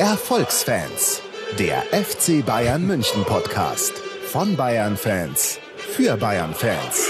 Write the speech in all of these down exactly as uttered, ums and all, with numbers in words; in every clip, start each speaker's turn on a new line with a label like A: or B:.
A: Erfolgsfans, der F C Bayern München Podcast. Von Bayern-Fans, für Bayern-Fans.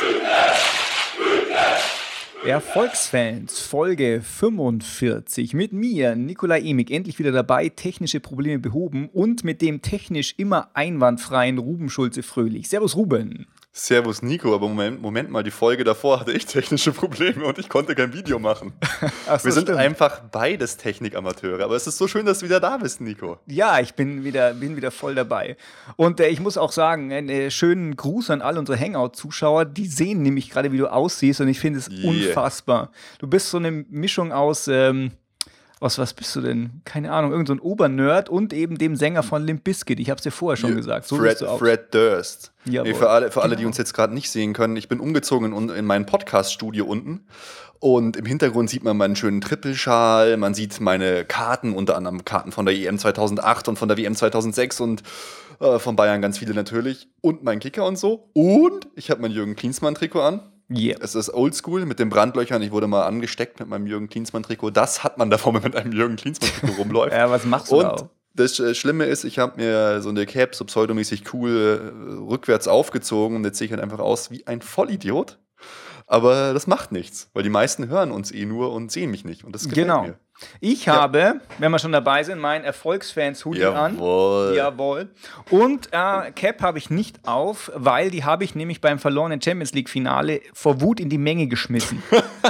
B: Erfolgsfans, Folge fünfundvierzig. Mit mir, Nikolai Emig, endlich wieder dabei, technische Probleme behoben und mit dem technisch immer einwandfreien Ruben Schulze-Fröhlich. Servus Ruben.
C: Servus Nico, aber Moment, Moment mal, die Folge davor hatte ich technische Probleme und ich konnte kein Video machen. Ach so, Wir sind stimmt. einfach beides Technikamateure, aber es ist so schön, dass du wieder da bist, Nico.
B: Ja, ich bin wieder, bin wieder voll dabei. Und äh, ich muss auch sagen, einen äh, schönen Gruß an all unsere Hangout-Zuschauer, die sehen nämlich gerade, wie du aussiehst und ich finde es yeah. unfassbar. Du bist so eine Mischung aus... Ähm, Was, was bist du denn? Keine Ahnung, irgend so ein Obernerd und eben dem Sänger von Limp Bizkit. Ich hab's dir vorher schon ja, gesagt. So
C: Fred, Fred Durst.
B: Nee,
C: für alle, für alle, die uns jetzt gerade nicht sehen können, ich bin umgezogen in, in mein Podcast-Studio unten und im Hintergrund sieht man meinen schönen Trippelschal, man sieht meine Karten, unter anderem Karten von der E M zweitausendacht und von der W M zweitausendsechs und äh, von Bayern ganz viele natürlich und mein Kicker und so. Und ich habe mein Jürgen Klinsmann-Trikot an.
B: Yeah.
C: Es ist oldschool mit den Brandlöchern. Ich wurde mal angesteckt mit meinem Jürgen Klinsmann-Trikot. Das hat man davon, wenn man mit einem Jürgen Klinsmann-Trikot rumläuft.
B: Ja, was machst du
C: Und
B: da auch?
C: Das äh, Schlimme ist, ich habe mir so eine Cap so pseudomäßig cool äh, rückwärts aufgezogen und jetzt sehe ich halt einfach aus wie ein Vollidiot. Aber das macht nichts, weil die meisten hören uns eh nur und sehen mich nicht. Und das gefällt
B: genau.
C: mir.
B: Ich ja. habe, wenn wir schon dabei sind, meinen Erfolgsfans-Hoodie an. Jawohl. Und äh, Cap habe ich nicht auf, weil die habe ich nämlich beim verlorenen Champions-League-Finale vor Wut in die Menge geschmissen.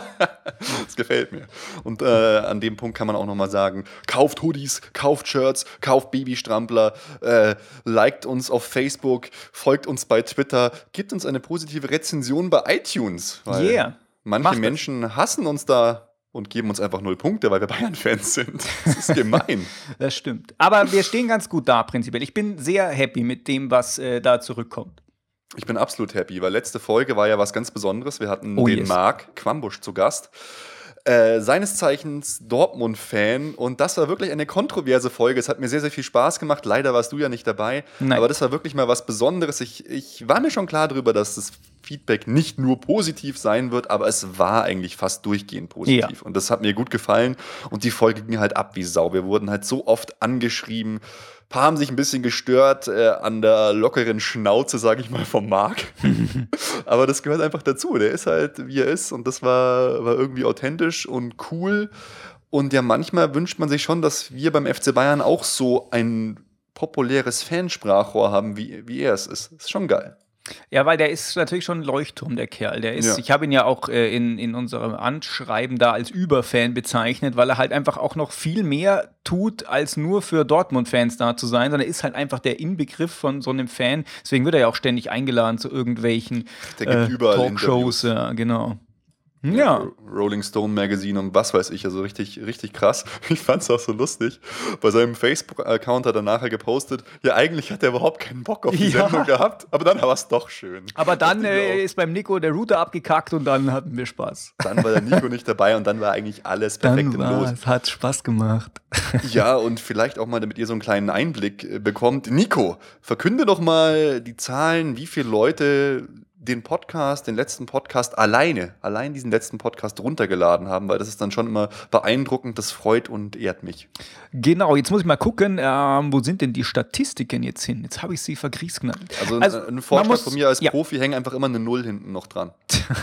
C: Das gefällt mir. Und äh, an dem Punkt kann man auch nochmal sagen, kauft Hoodies, kauft Shirts, kauft Babystrampler, äh, liked uns auf Facebook, folgt uns bei Twitter, gebt uns eine positive Rezension bei iTunes. Weil
B: yeah.
C: manche
B: Macht
C: Menschen das. hassen uns da und geben uns einfach null Punkte, weil wir Bayern-Fans sind. Das ist gemein.
B: Das stimmt. Aber wir stehen ganz gut da prinzipiell. Ich bin sehr happy mit dem, was äh, da zurückkommt.
C: Ich bin absolut happy, weil letzte Folge war ja was ganz Besonderes. Wir hatten
B: oh,
C: den
B: yes.
C: Marc Quambusch zu Gast. Äh, seines Zeichens Dortmund-Fan. Und das war wirklich eine kontroverse Folge. Es hat mir sehr, sehr viel Spaß gemacht. Leider warst du ja nicht dabei.
B: Nein.
C: Aber das war wirklich mal was Besonderes. Ich, ich war mir schon klar darüber, dass das Feedback nicht nur positiv sein wird, aber es war eigentlich fast durchgehend positiv.
B: Ja.
C: Und das hat mir gut gefallen. Und die Folge ging halt ab wie Sau. Wir wurden halt so oft angeschrieben. Ein paar haben sich ein bisschen gestört äh, an der lockeren Schnauze, sage ich mal, vom Marc. Aber das gehört einfach dazu. Der ist halt, wie er ist. Und das war, war irgendwie authentisch und cool. Und ja, manchmal wünscht man sich schon, dass wir beim F C Bayern auch so ein populäres Fansprachrohr haben, wie, wie er es ist. Das ist schon geil.
B: Ja, weil der ist natürlich schon ein Leuchtturm, der Kerl. Der ist,
C: ja.
B: Ich habe ihn ja auch äh, in, in unserem Anschreiben da als Überfan bezeichnet, weil er halt einfach auch noch viel mehr tut, als nur für Dortmund-Fans da zu sein, sondern er ist halt einfach der Inbegriff von so einem Fan. Deswegen wird er ja auch ständig eingeladen zu irgendwelchen
C: der gibt
B: äh,
C: überall
B: Talkshows. Ja, genau. Ja.
C: Rolling Stone Magazine und was weiß ich, also richtig, richtig krass. Ich fand's auch so lustig. Bei seinem Facebook-Account hat er nachher gepostet, ja, eigentlich hat er überhaupt keinen Bock auf die
B: ja.
C: Sendung gehabt, aber dann war es doch schön.
B: Aber dann äh, ist beim Nico der Router abgekackt und dann hatten wir Spaß.
C: Dann war der Nico nicht dabei und dann war eigentlich alles perfekt im Los.
B: Es hat Spaß gemacht.
C: Ja, und vielleicht auch mal, damit ihr so einen kleinen Einblick äh, bekommt. Nico, verkünde doch mal die Zahlen, wie viele Leute den Podcast, den letzten Podcast alleine, allein diesen letzten Podcast runtergeladen haben, weil das ist dann schon immer beeindruckend, das freut und ehrt mich.
B: Genau, jetzt muss ich mal gucken, ähm, wo sind denn die Statistiken jetzt hin? Jetzt habe ich sie vergriesknallt.
C: Also, also ein Vorschlag muss, von mir als
B: ja.
C: Profi, hängt einfach immer eine Null hinten noch dran.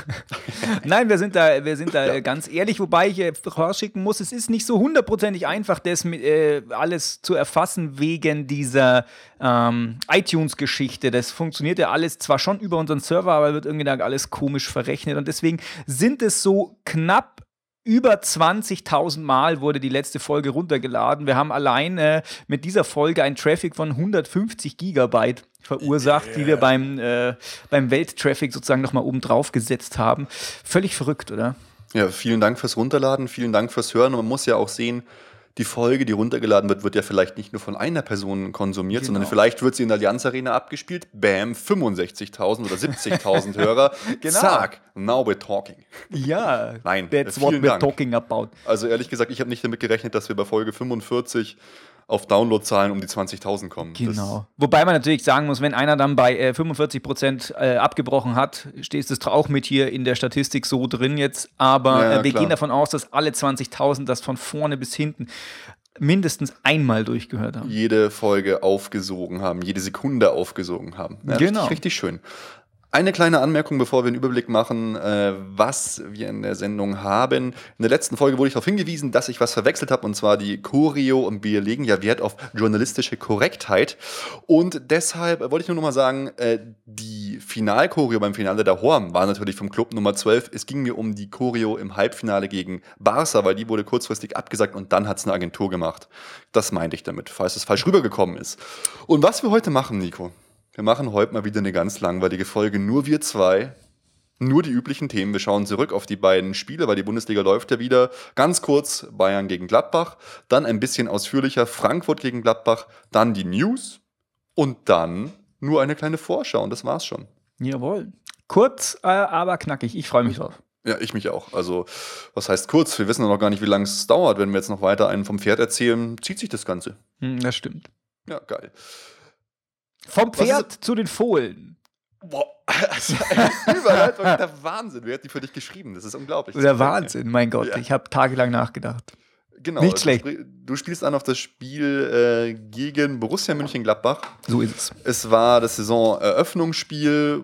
B: Nein, wir sind da, wir sind da
C: ja.
B: ganz ehrlich, wobei ich äh, vorausschicken muss, es ist nicht so hundertprozentig einfach, das mit, äh, alles zu erfassen wegen dieser ähm, iTunes-Geschichte. Das funktioniert ja alles zwar schon über unseren Server, aber wird irgendwie da alles komisch verrechnet und deswegen sind es so knapp über zwanzigtausend Mal wurde die letzte Folge runtergeladen. Wir haben allein äh, mit dieser Folge einen Traffic von hundertfünfzig Gigabyte verursacht, yeah. die wir beim, äh, beim Welttraffic sozusagen nochmal oben drauf gesetzt haben. Völlig verrückt, oder?
C: Ja, vielen Dank fürs Runterladen, vielen Dank fürs Hören und man muss ja auch sehen, die Folge, die runtergeladen wird, wird ja vielleicht nicht nur von einer Person konsumiert, genau. sondern vielleicht wird sie in der Allianz Arena abgespielt. Bam, fünfundsechzigtausend oder siebzigtausend Hörer.
B: Genau.
C: Zack, now we're talking.
B: Ja,
C: Nein,
B: that's what we're
C: Dank.
B: talking about.
C: Also ehrlich gesagt, ich habe nicht damit gerechnet, dass wir bei Folge fünfundvierzig auf Downloadzahlen um die zwanzigtausend kommen.
B: Genau. Das Wobei man natürlich sagen muss, wenn einer dann bei äh, fünfundvierzig Prozent äh, abgebrochen hat, steht es auch mit hier in der Statistik so drin jetzt. Aber
C: ja,
B: äh, wir
C: klar.
B: gehen davon aus, dass alle zwanzigtausend das von vorne bis hinten mindestens einmal durchgehört haben.
C: Jede Folge aufgesogen haben, jede Sekunde aufgesogen haben. Ja,
B: Genau.
C: Richtig, richtig schön. Eine kleine Anmerkung, bevor wir einen Überblick machen, äh, was wir in der Sendung haben. In der letzten Folge wurde ich darauf hingewiesen, dass ich was verwechselt habe, und zwar die Choreo, und wir legen ja Wert auf journalistische Korrektheit. Und deshalb wollte ich nur noch mal sagen, äh, die Finalchoreo beim Finale der Horm war natürlich vom Club Nummer zwölf. Es ging mir um die Choreo im Halbfinale gegen Barca, weil die wurde kurzfristig abgesagt und dann hat es eine Agentur gemacht. Das meinte ich damit, falls es falsch rübergekommen ist. Und was wir heute machen, Nico? Wir machen heute mal wieder eine ganz langweilige Folge. Nur wir zwei, nur die üblichen Themen. Wir schauen zurück auf die beiden Spiele, weil die Bundesliga läuft ja wieder. Ganz kurz Bayern gegen Gladbach, dann ein bisschen ausführlicher Frankfurt gegen Gladbach, dann die News und dann nur eine kleine Vorschau, und das war's schon.
B: Jawohl. Kurz, äh, aber knackig. Ich freue mich drauf.
C: Ja, ich mich auch. Also, was heißt kurz? Wir wissen noch gar nicht, wie lange es dauert. Wenn wir jetzt noch weiter einen vom Pferd erzählen, zieht sich das Ganze.
B: Hm, das stimmt.
C: Ja, geil.
B: Vom Pferd zu den Fohlen.
C: Boah, also eine Überleitung, der Wahnsinn. Wer hat die für dich geschrieben? Das ist unglaublich.
B: Der Wahnsinn, mein Gott.
C: Ja.
B: Ich habe tagelang nachgedacht.
C: Genau.
B: Nicht schlecht.
C: Du, du spielst an auf das Spiel äh, gegen Borussia Mönchengladbach.
B: So ist es.
C: Es war das Saisoneröffnungsspiel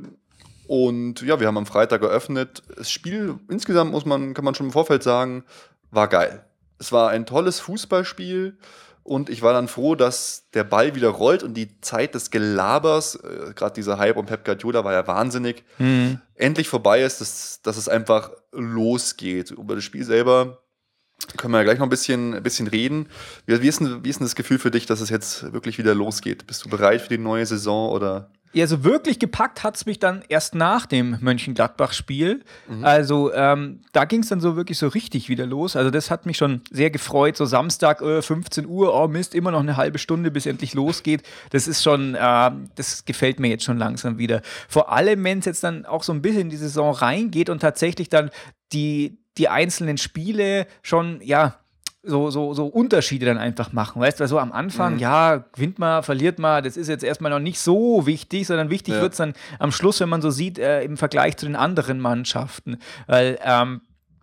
C: und ja, wir haben am Freitag eröffnet. Das Spiel insgesamt, muss man, kann man schon im Vorfeld sagen, war geil. Es war ein tolles Fußballspiel. Und ich war dann froh, dass der Ball wieder rollt und die Zeit des Gelabers, äh, gerade dieser Hype um Pep Guardiola war ja wahnsinnig,
B: Mhm.
C: endlich vorbei ist, dass, dass es einfach losgeht. Über das Spiel selber können wir ja gleich noch ein bisschen, ein bisschen reden. Wie, wie, ist denn, wie ist denn das Gefühl für dich, dass es jetzt wirklich wieder losgeht? Bist du bereit für die neue Saison oder?
B: Ja, so wirklich gepackt hat es mich dann erst nach dem Mönchengladbach-Spiel. Mhm. Also ähm, da ging es dann so wirklich so richtig wieder los. Also das hat mich schon sehr gefreut. So Samstag, äh, fünfzehn Uhr, oh Mist, immer noch eine halbe Stunde, bis endlich losgeht. Das ist schon, äh, das gefällt mir jetzt schon langsam wieder. Vor allem, wenn es jetzt dann auch so ein bisschen in die Saison reingeht und tatsächlich dann die, die einzelnen Spiele schon, ja, So, so, so Unterschiede dann einfach machen, weißt du, so am Anfang, mhm. ja, gewinnt mal, verliert mal, das ist jetzt erstmal noch nicht so wichtig, sondern wichtig ja. wird es dann am Schluss, wenn man so sieht, äh, im Vergleich zu den anderen Mannschaften, weil ähm,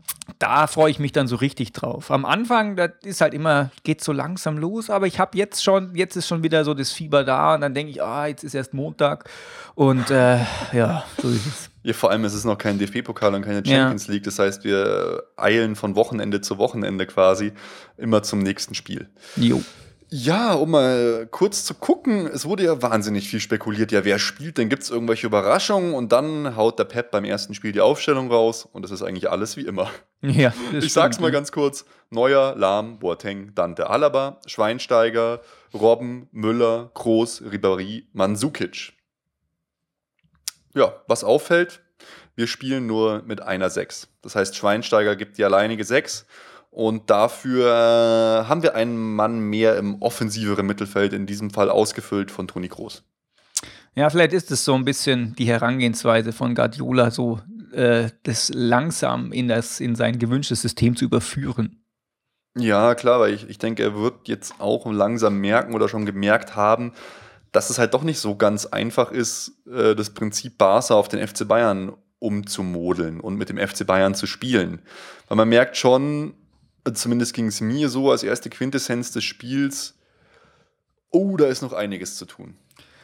B: da freue ich mich dann so richtig drauf. Am Anfang, das ist halt immer, geht so langsam los, aber ich habe jetzt schon, jetzt ist schon wieder so das Fieber da und dann denke ich, ah, jetzt ist erst Montag und äh, ja, so ist es.
C: Ja, vor allem ist es noch kein D F B-Pokal und keine Champions ja. League, das heißt, wir eilen von Wochenende zu Wochenende quasi immer zum nächsten Spiel.
B: Jo.
C: Ja, um mal kurz zu gucken, es wurde ja wahnsinnig viel spekuliert. Ja, wer spielt denn? Gibt es irgendwelche Überraschungen? Und dann haut der Pep beim ersten Spiel die Aufstellung raus und es ist eigentlich alles wie immer.
B: Ja,
C: ich
B: stimmt,
C: sag's mal
B: ja.
C: ganz kurz. Neuer, Lahm, Boateng, Dante Alaba, Schweinsteiger, Robben, Müller, Kroos, Ribéry, Mandzukic. Ja, was auffällt, wir spielen nur mit einer Sechs. Das heißt, Schweinsteiger gibt die alleinige Sechs. Und dafür haben wir einen Mann mehr im offensiveren Mittelfeld, in diesem Fall ausgefüllt von Toni Kroos.
B: Ja, vielleicht ist es so ein bisschen die Herangehensweise von Guardiola, so äh, das langsam in, das, in sein gewünschtes System zu überführen.
C: Ja, klar, weil ich, ich denke, er wird jetzt auch langsam merken oder schon gemerkt haben, dass es halt doch nicht so ganz einfach ist, äh, das Prinzip Barca auf den F C Bayern umzumodeln und mit dem F C Bayern zu spielen. Weil man merkt schon, zumindest ging es mir so als erste Quintessenz des Spiels, oh, da ist noch einiges zu tun.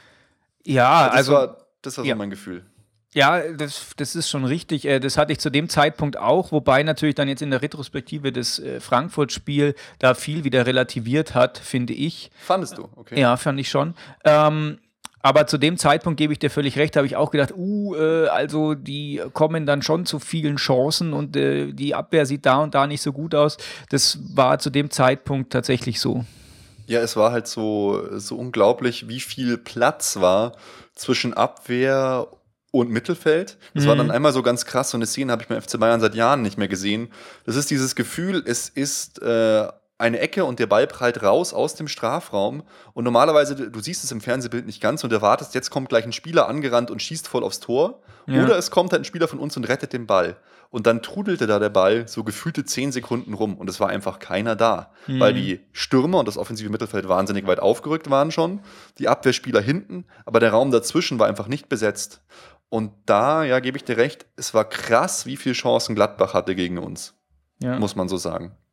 B: Ja,
C: das
B: also.
C: War, das war so
B: ja.
C: mein Gefühl.
B: Ja, das, das ist schon richtig. Das hatte ich zu dem Zeitpunkt auch, wobei natürlich dann jetzt in der Retrospektive das Frankfurt-Spiel da viel wieder relativiert hat, finde ich.
C: Fandest du? Okay.
B: Ja, fand ich schon. Ähm, aber zu dem Zeitpunkt gebe ich dir völlig recht, habe ich auch gedacht, uh, äh, also die kommen dann schon zu vielen Chancen und äh, die Abwehr sieht da und da nicht so gut aus. Das war zu dem Zeitpunkt tatsächlich so.
C: Ja, es war halt so, so unglaublich, wie viel Platz war zwischen Abwehr und Mittelfeld. Das mhm. war dann einmal so ganz krass, so eine Szene habe ich beim F C Bayern seit Jahren nicht mehr gesehen. Das ist dieses Gefühl, es ist äh, eine Ecke und der Ball prallt raus aus dem Strafraum und normalerweise, du siehst es im Fernsehbild nicht ganz und erwartest, jetzt kommt gleich ein Spieler angerannt und schießt voll aufs Tor ja. oder es kommt halt ein Spieler von uns und rettet den Ball. Und dann trudelte da der Ball so gefühlte zehn Sekunden rum und es war einfach keiner da, mhm. weil die Stürmer und das offensive Mittelfeld wahnsinnig weit aufgerückt waren schon, die Abwehrspieler hinten, aber der Raum dazwischen war einfach nicht besetzt. Und da, ja, gebe ich dir recht, es war krass, wie viele Chancen Gladbach hatte gegen uns, ja. muss man so sagen.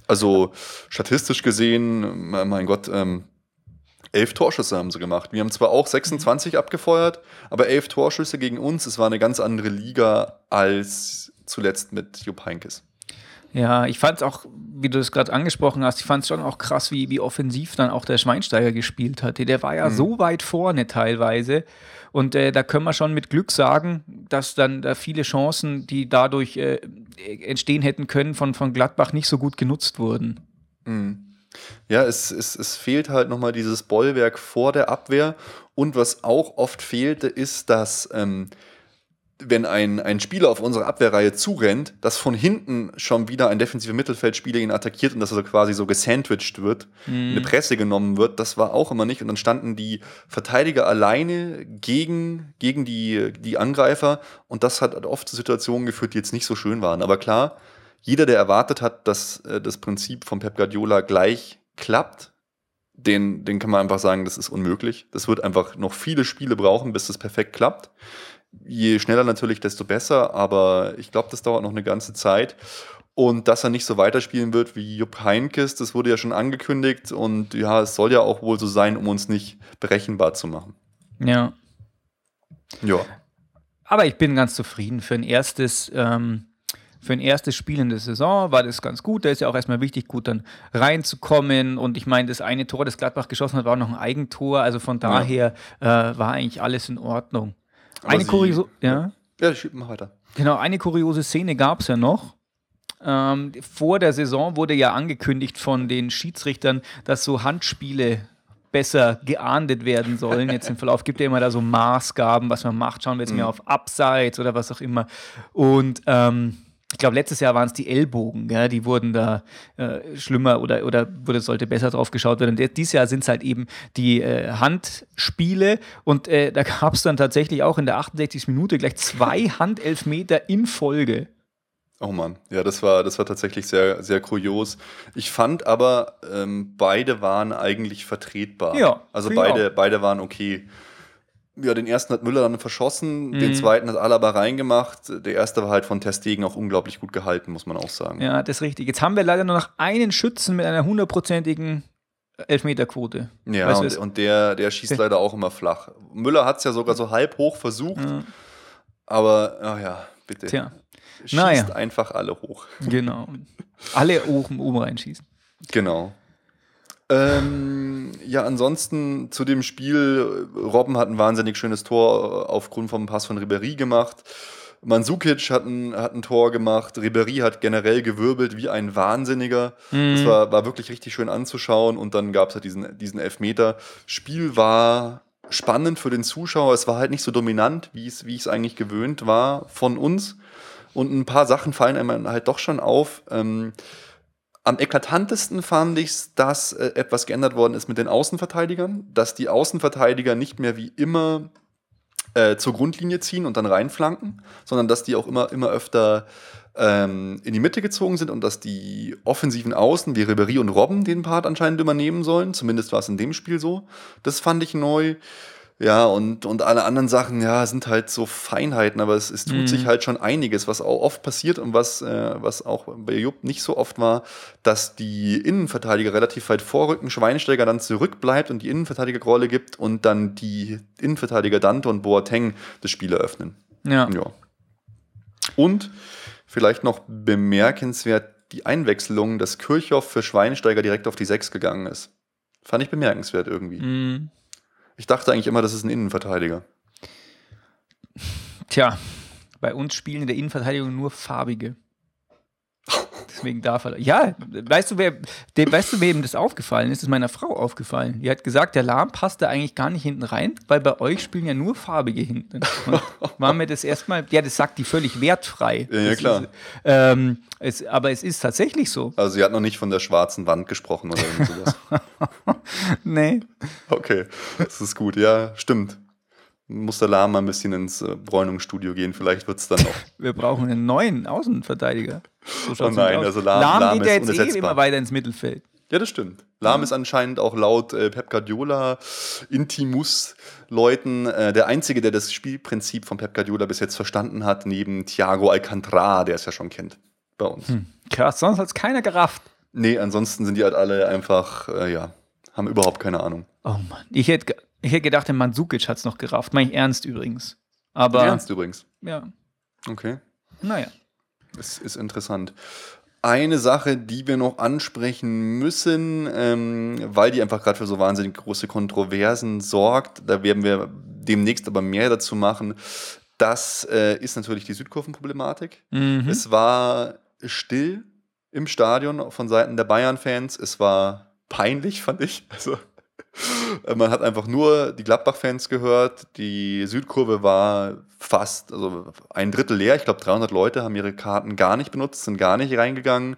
C: Also statistisch gesehen, mein Gott, ähm, elf Torschüsse haben sie gemacht. Wir haben zwar auch sechsundzwanzig abgefeuert, aber elf Torschüsse gegen uns. Es war eine ganz andere Liga als zuletzt mit Jupp Heynckes.
B: Ja, ich fand es auch, wie du es gerade angesprochen hast, ich fand es schon auch krass, wie, wie offensiv dann auch der Schweinsteiger gespielt hatte. Der war ja mhm. so weit vorne teilweise. Und äh, da können wir schon mit Glück sagen, dass dann da viele Chancen, die dadurch äh, entstehen hätten können, von, von Gladbach nicht so gut genutzt wurden.
C: Mhm. Ja, es, es, es fehlt halt nochmal dieses Bollwerk vor der Abwehr. Und was auch oft fehlte, ist, dass ähm, wenn ein, ein Spieler auf unsere Abwehrreihe zurennt, dass von hinten schon wieder ein defensiver Mittelfeldspieler ihn attackiert und dass er so quasi so gesandwiched wird, mhm. eine Presse genommen wird. Das war auch immer nicht. Und dann standen die Verteidiger alleine gegen, gegen die, die Angreifer. Und das hat oft zu Situationen geführt, die jetzt nicht so schön waren. Aber klar, jeder, der erwartet hat, dass äh, das Prinzip von Pep Guardiola gleich klappt, den, den kann man einfach sagen, das ist unmöglich. Das wird einfach noch viele Spiele brauchen, bis das perfekt klappt. Je schneller natürlich, desto besser, aber ich glaube, das dauert noch eine ganze Zeit. Und dass er nicht so weiterspielen wird wie Jupp Heynckes, das wurde ja schon angekündigt und ja, es soll ja auch wohl so sein, um uns nicht berechenbar zu machen.
B: Ja.
C: Ja.
B: Aber ich bin ganz zufrieden für ein erstes, ähm, für ein erstes Spiel in der Saison war das ganz gut. Da ist ja auch erstmal wichtig, gut dann reinzukommen. Und ich meine, das eine Tor, das Gladbach geschossen hat, war auch noch ein Eigentor. Also von daher ja. äh, war eigentlich alles in Ordnung. Eine kuriose, ja.
C: Ja, schieb mal weiter.
B: Genau, eine kuriose Szene gab es ja noch. Ähm, vor der Saison wurde ja angekündigt von den Schiedsrichtern, dass so Handspiele besser geahndet werden sollen. Jetzt im Verlauf gibt ja immer da so Maßgaben, was man macht. Schauen wir jetzt mhm. mehr auf Abseits oder was auch immer. Und ähm, ich glaube, letztes Jahr waren es die Ellbogen, ja, die wurden da äh, schlimmer oder, oder wurde, sollte besser drauf geschaut werden. Und dieses Jahr sind es halt eben die äh, Handspiele und äh, da gab es dann tatsächlich auch in der achtundsechzigsten Minute gleich zwei Handelfmeter in Folge.
C: Oh Mann, ja, das war, das war tatsächlich sehr, sehr kurios. Ich fand aber, ähm, beide waren eigentlich vertretbar.
B: Ja,
C: also beide, beide waren okay. Ja, den ersten hat Müller dann verschossen, mhm. den zweiten hat Alaba reingemacht. Der erste war halt von Ter Stegen auch unglaublich gut gehalten, muss man auch sagen.
B: Ja, das ist richtig. Jetzt haben wir leider nur noch einen Schützen mit einer hundertprozentigen Elfmeterquote.
C: Ja, weißt und, und der, der schießt leider auch immer flach. Müller hat es ja sogar so halb hoch versucht, ja. aber, ach ja, bitte.
B: Tja.
C: Schießt
B: naja.
C: einfach alle hoch.
B: Genau. Alle oben, oben reinschießen.
C: Genau. Ähm, ja, ansonsten zu dem Spiel, Robben hat ein wahnsinnig schönes Tor aufgrund vom Pass von Ribéry gemacht. Mandzukic hat ein, hat ein Tor gemacht. Ribéry hat generell gewirbelt wie ein Wahnsinniger. Mhm. Das war, war wirklich richtig schön anzuschauen. Und dann gab es halt diesen, diesen Elfmeter. Spiel war spannend für den Zuschauer. Es war halt nicht so dominant, wie es, wie es eigentlich gewöhnt war von uns. Und ein paar Sachen fallen einem halt doch schon auf. Ähm, Am eklatantesten fand ich es, dass äh, etwas geändert worden ist mit den Außenverteidigern, dass die Außenverteidiger nicht mehr wie immer äh, zur Grundlinie ziehen und dann reinflanken, sondern dass die auch immer, immer öfter ähm, in die Mitte gezogen sind und dass die offensiven Außen wie Ribéry und Robben den Part anscheinend übernehmen sollen. Zumindest war es in dem Spiel so. Das fand ich neu. Ja, und, und alle anderen Sachen, ja, sind halt so Feinheiten, aber es, es tut mhm. sich halt schon einiges, was auch oft passiert und was, äh, was auch bei Jupp nicht so oft war, dass die Innenverteidiger relativ weit vorrücken, Schweinsteiger dann zurückbleibt und die Innenverteidigerrolle gibt und dann die Innenverteidiger Dante und Boateng das Spiel eröffnen.
B: Ja.
C: ja. Und vielleicht noch bemerkenswert die Einwechslung, dass Kirchhoff für Schweinsteiger direkt auf die sechs gegangen ist. Fand ich bemerkenswert irgendwie.
B: Mhm.
C: Ich dachte eigentlich immer, das ist ein Innenverteidiger.
B: Tja, bei uns spielen in der Innenverteidigung nur Farbige. Deswegen darf er. Ja, weißt du, wer, dem, weißt du, wem das aufgefallen ist? Das ist meiner Frau aufgefallen. Die hat gesagt, der Lahm passt da eigentlich gar nicht hinten rein, weil bei euch spielen ja nur Farbige hinten. Und war mir das erstmal, ja, das sagt die völlig wertfrei.
C: Ja, ja klar.
B: Ist, ähm, es, aber es ist tatsächlich so.
C: Also sie hat noch nicht von der schwarzen Wand gesprochen oder irgend sowas.
B: Nee.
C: Okay, das ist gut. Ja, stimmt. Muss der Lahm mal ein bisschen ins äh, Bräunungsstudio gehen, vielleicht wird es dann noch.
B: Wir brauchen einen neuen Außenverteidiger. So
C: oh nein, also Lahm,
B: Lahm,
C: Lahm
B: geht ja jetzt
C: eh
B: immer weiter ins Mittelfeld.
C: Ja, das stimmt. Lahm
B: ja.
C: ist anscheinend auch laut äh, Pep Guardiola, Intimus-Leuten äh, der Einzige, der das Spielprinzip von Pep Guardiola bis jetzt verstanden hat, neben Thiago Alcantara, der es ja schon kennt bei uns.
B: Hm. Krass, sonst hat es keiner gerafft.
C: Nee, ansonsten sind die halt alle einfach, äh, ja, haben überhaupt keine Ahnung.
B: Oh Mann. Ich hätte ich hätt gedacht, der Mandzukic hat es noch gerafft. Meine ich ernst übrigens. Aber,
C: Ernst übrigens.
B: Ja.
C: Okay.
B: Naja.
C: Das ist interessant. Eine Sache, die wir noch ansprechen müssen, ähm, weil die einfach gerade für so wahnsinnig große Kontroversen sorgt, da werden wir demnächst aber mehr dazu machen, das äh, ist natürlich die Südkurvenproblematik.
B: Mhm.
C: Es war still im Stadion von Seiten der Bayern-Fans. Es war peinlich, fand ich. Also, man hat einfach nur die Gladbach-Fans gehört. Die Südkurve war fast, also ein Drittel leer. Ich glaube, dreihundert Leute haben ihre Karten gar nicht benutzt, sind gar nicht reingegangen.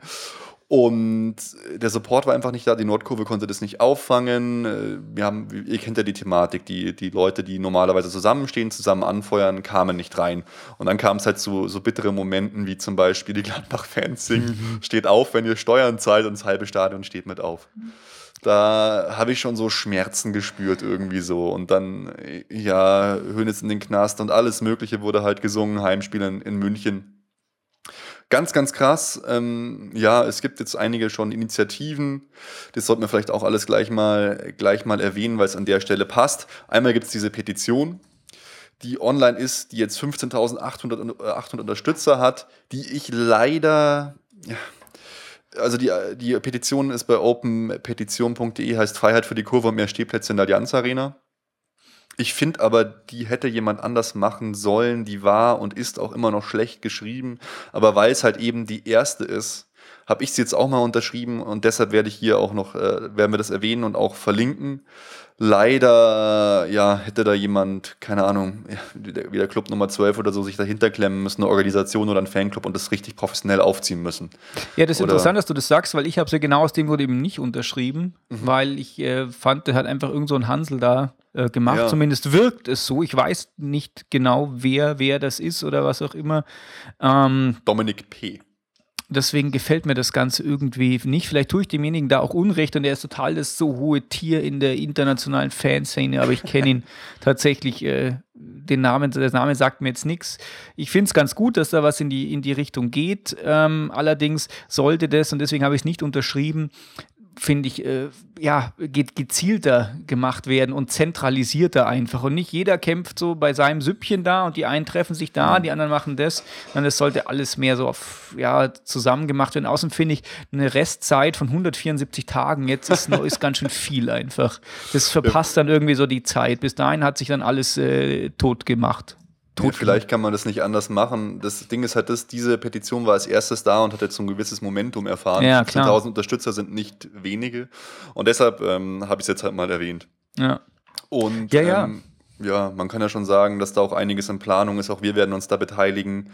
C: Und der Support war einfach nicht da. Die Nordkurve konnte das nicht auffangen. Wir haben, ihr kennt ja die Thematik, die, die Leute, die normalerweise zusammenstehen, zusammen anfeuern, kamen nicht rein. Und dann kam es halt zu so bitteren Momenten, wie zum Beispiel die Gladbach-Fans singen, mhm. steht auf, wenn ihr Steuern zahlt, und das halbe Stadion steht mit auf. Da habe ich schon so Schmerzen gespürt irgendwie so. Und dann, ja, Hönes in den Knast und alles Mögliche wurde halt gesungen, Heimspiel in, in München. Ganz, ganz krass. Ähm, ja, es gibt jetzt einige schon Initiativen. Das sollten wir vielleicht auch alles gleich mal, gleich mal erwähnen, weil es an der Stelle passt. Einmal gibt es diese Petition, die online ist, die jetzt fünfzehntausendachthundert Unterstützer hat, die ich leider... Ja, also die, die Petition ist bei open petition punkt de, heißt Freiheit für die Kurve und mehr Stehplätze in der Allianz Arena. Ich finde aber, die hätte jemand anders machen sollen. Die war und ist auch immer noch schlecht geschrieben. Aber weil es halt eben die erste ist, habe ich sie jetzt auch mal unterschrieben. Und deshalb werde ich hier auch noch, äh, werden wir das erwähnen und auch verlinken. Leider, ja, hätte da jemand, keine Ahnung, wie der Club Nummer zwölf oder so, sich dahinter klemmen müssen, eine Organisation oder ein Fanclub, und das richtig professionell aufziehen müssen.
B: Ja, das ist
C: oder
B: interessant, dass du das sagst, weil ich habe es ja genau aus dem Grund eben nicht unterschrieben, mhm. weil ich äh, fand, der hat einfach irgend so ein Hansel da äh, gemacht. Ja. Zumindest wirkt es so. Ich weiß nicht genau, wer, wer das ist oder was auch immer. Ähm,
C: Dominik P.
B: Deswegen gefällt mir das Ganze irgendwie nicht. Vielleicht tue ich demjenigen da auch Unrecht, und er ist total das so hohe Tier in der internationalen Fanszene, aber ich kenne ihn tatsächlich, äh, den Namen, der Name sagt mir jetzt nichts. Ich finde es ganz gut, dass da was in die, in die Richtung geht. Ähm, allerdings sollte das, und deswegen habe ich es nicht unterschrieben, finde ich, äh, ja, ge- gezielter gemacht werden und zentralisierter einfach. Und nicht jeder kämpft so bei seinem Süppchen da und die einen treffen sich da, die anderen machen das. Dann das sollte alles mehr so auf, ja, zusammen gemacht werden. Außerdem finde ich, eine Restzeit von hundertvierundsiebzig Tagen jetzt ist, noch, ist ganz schön viel einfach. Das verpasst dann irgendwie so die Zeit. Bis dahin hat sich dann alles äh, tot gemacht.
C: Ja, vielleicht kann man das nicht anders machen. Das Ding ist halt, das, diese Petition war als erstes da und hat jetzt so ein gewisses Momentum erfahren.
B: Ja,
C: fünfzehntausend Unterstützer sind nicht wenige. Und deshalb ähm, habe ich es jetzt halt mal erwähnt.
B: Ja.
C: Und
B: ja, ja.
C: Ähm, ja, man kann ja schon sagen, dass da auch einiges in Planung ist. Auch wir werden uns da beteiligen.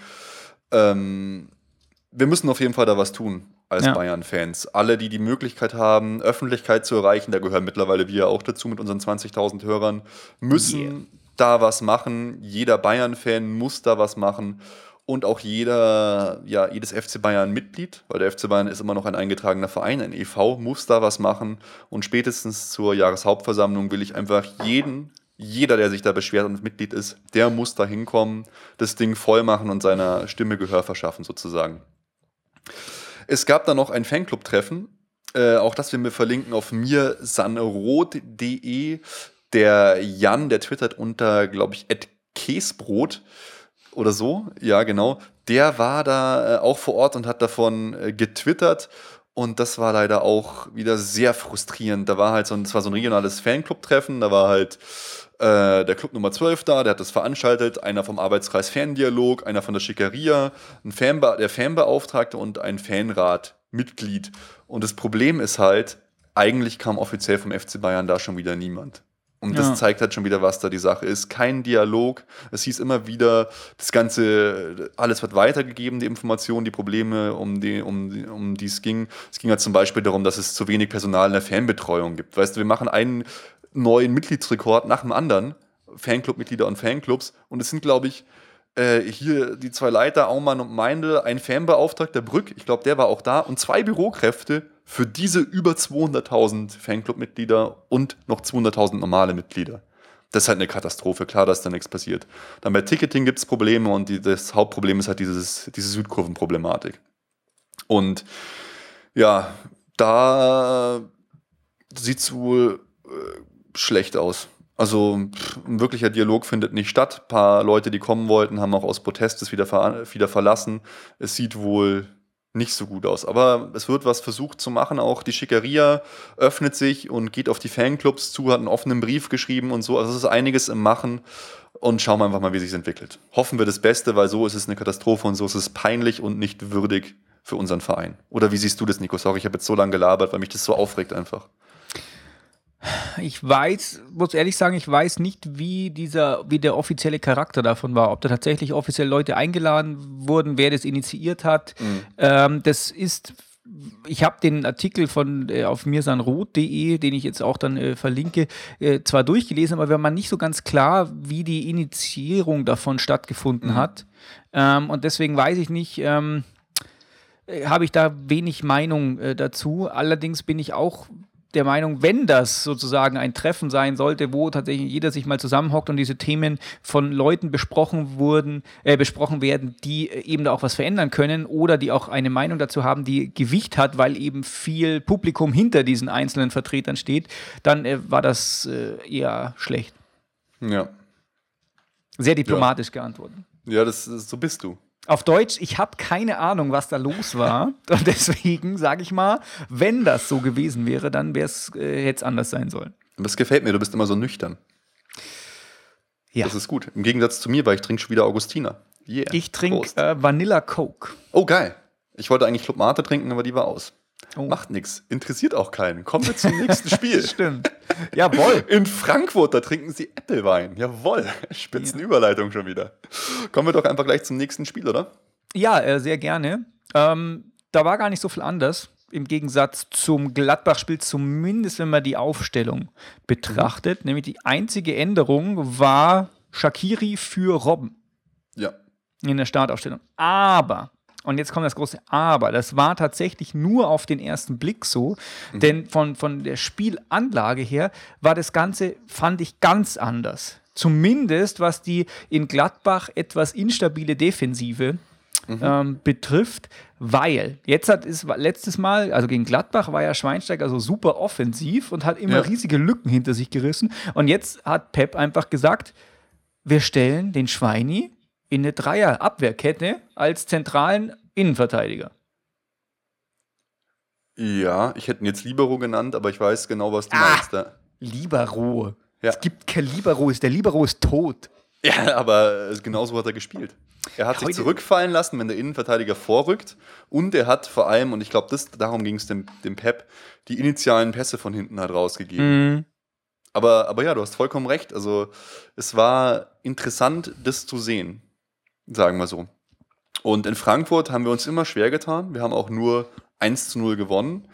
C: Ähm, wir müssen auf jeden Fall da was tun als ja. Bayern-Fans. Alle, die die Möglichkeit haben, Öffentlichkeit zu erreichen, da gehören mittlerweile wir auch dazu mit unseren zwanzigtausend Hörern, müssen yeah. da was machen. Jeder Bayern-Fan muss da was machen. Und auch jeder, ja, jedes F C Bayern-Mitglied, weil der F C Bayern ist immer noch ein eingetragener Verein, ein E V, muss da was machen. Und spätestens zur Jahreshauptversammlung will ich einfach jeden, jeder, der sich da beschwert und Mitglied ist, der muss da hinkommen, das Ding voll machen und seiner Stimme Gehör verschaffen sozusagen. Es gab dann noch ein Fanclub-Treffen, äh, auch das werden wir verlinken auf mirsanrot punkt de. Der Jan, der twittert unter, glaube ich, at Käsbrot oder so, ja genau, der war da äh, auch vor Ort und hat davon äh, getwittert, und das war leider auch wieder sehr frustrierend. Da war halt so ein, das war so ein regionales Fanclub-Treffen, da war halt äh, der Club Nummer zwölf da, der hat das veranstaltet, einer vom Arbeitskreis Fandialog, einer von der Schickeria, ein Fanbe- der Fanbeauftragte und ein Fanrat-Mitglied. Und das Problem ist halt, eigentlich kam offiziell vom F C Bayern da schon wieder niemand. Und das ja. zeigt halt schon wieder, was da die Sache ist. Kein Dialog. Es hieß immer wieder, das Ganze, alles wird weitergegeben, die Informationen, die Probleme, um die, um, die, um die es ging. Es ging halt zum Beispiel darum, dass es zu wenig Personal in der Fanbetreuung gibt. Weißt du, wir machen einen neuen Mitgliedsrekord nach dem anderen, Fanclub-Mitglieder und Fanclubs. Und es sind, glaube ich, äh, hier die zwei Leiter, Aumann und Meindl, ein Fanbeauftragter, Brück, ich glaube, der war auch da, und zwei Bürokräfte für diese über zweihunderttausend Fanclub-Mitglieder und noch zweihunderttausend normale Mitglieder. Das ist halt eine Katastrophe, klar, dass da nichts passiert. Dann bei Ticketing gibt es Probleme, und die, das Hauptproblem ist halt dieses, diese Südkurvenproblematik. Und ja, da sieht es wohl äh, schlecht aus. Also pff, ein wirklicher Dialog findet nicht statt. Ein paar Leute, die kommen wollten, haben auch aus Protest das wieder, ver wieder verlassen. Es sieht wohl nicht so gut aus. Aber es wird was versucht zu machen. Auch die Schickeria öffnet sich und geht auf die Fanclubs zu, hat einen offenen Brief geschrieben und so. Also es ist einiges im Machen. Und schauen wir einfach mal, wie es sich entwickelt. Hoffen wir das Beste, weil so ist es eine Katastrophe und so ist es peinlich und nicht würdig für unseren Verein. Oder wie siehst du das, Nico? Sorry, ich habe jetzt so lange gelabert, weil mich das so aufregt einfach.
B: Ich weiß, muss ehrlich sagen, ich weiß nicht, wie dieser, wie der offizielle Charakter davon war. Ob da tatsächlich offiziell Leute eingeladen wurden, wer das initiiert hat. Mhm. Ähm, das ist, ich habe den Artikel von äh, auf mirsanroth punkt de, den ich jetzt auch dann äh, verlinke, äh, zwar durchgelesen, aber wir haben nicht so ganz klar, wie die Initiierung davon stattgefunden mhm. hat. Ähm, und deswegen weiß ich nicht, ähm, äh, habe ich da wenig Meinung äh, dazu. Allerdings bin ich auch der Meinung, wenn das sozusagen ein Treffen sein sollte, wo tatsächlich jeder sich mal zusammenhockt und diese Themen von Leuten besprochen wurden, äh, besprochen werden, die eben da auch was verändern können oder die auch eine Meinung dazu haben, die Gewicht hat, weil eben viel Publikum hinter diesen einzelnen Vertretern steht, dann äh, war das äh, eher schlecht.
C: Ja.
B: Sehr diplomatisch ja. geantwortet.
C: Ja, das, das, so bist du.
B: Auf Deutsch, ich habe keine Ahnung, was da los war. Und deswegen sage ich mal, wenn das so gewesen wäre, dann äh, hätte es anders sein sollen.
C: Das gefällt mir, du bist immer so nüchtern.
B: Ja.
C: Das ist gut. Im Gegensatz zu mir, weil ich trinke schon wieder Augustiner.
B: Yeah. Ich trinke äh, Vanilla Coke.
C: Oh, geil. Ich wollte eigentlich Club Mate trinken, aber die war aus. Oh. Macht nichts. Interessiert auch keinen. Kommen wir zum nächsten Spiel.
B: Stimmt. Jawohl.
C: In Frankfurt, da trinken sie Äppelwein. Jawohl. Spitzenüberleitung schon wieder. Kommen wir doch einfach gleich zum nächsten Spiel, oder?
B: Ja, äh, sehr gerne. Ähm, da war gar nicht so viel anders. Im Gegensatz zum Gladbach-Spiel, zumindest wenn man die Aufstellung betrachtet. Mhm. Nämlich die einzige Änderung war Shaqiri für Robben.
C: Ja.
B: In der Startaufstellung. Aber... Und jetzt kommt das große Aber. Das war tatsächlich nur auf den ersten Blick so. Mhm. Denn von, von der Spielanlage her war das Ganze, fand ich, ganz anders. Zumindest was die in Gladbach etwas instabile Defensive mhm. ähm, betrifft. Weil, jetzt hat es letztes Mal, also gegen Gladbach, war ja Schweinsteiger so super offensiv und hat immer ja. riesige Lücken hinter sich gerissen. Und jetzt hat Pep einfach gesagt, wir stellen den Schweini in eine Dreier-Abwehrkette als zentralen Innenverteidiger.
C: Ja, ich hätte ihn jetzt Libero genannt, aber ich weiß genau, was du
B: ah,
C: meinst. Da.
B: Libero.
C: Ja.
B: Es gibt kein Libero, der Libero ist tot.
C: Ja, aber genauso hat er gespielt. Er hat ja, sich zurückfallen lassen, wenn der Innenverteidiger vorrückt. Und er hat vor allem, und ich glaube, darum ging es dem, dem Pep, die initialen Pässe von hinten halt rausgegeben. Mhm. Aber, aber ja, du hast vollkommen recht. Also es war interessant, das zu sehen. Sagen wir so. Und in Frankfurt haben wir uns immer schwer getan. Wir haben auch nur eins zu null gewonnen.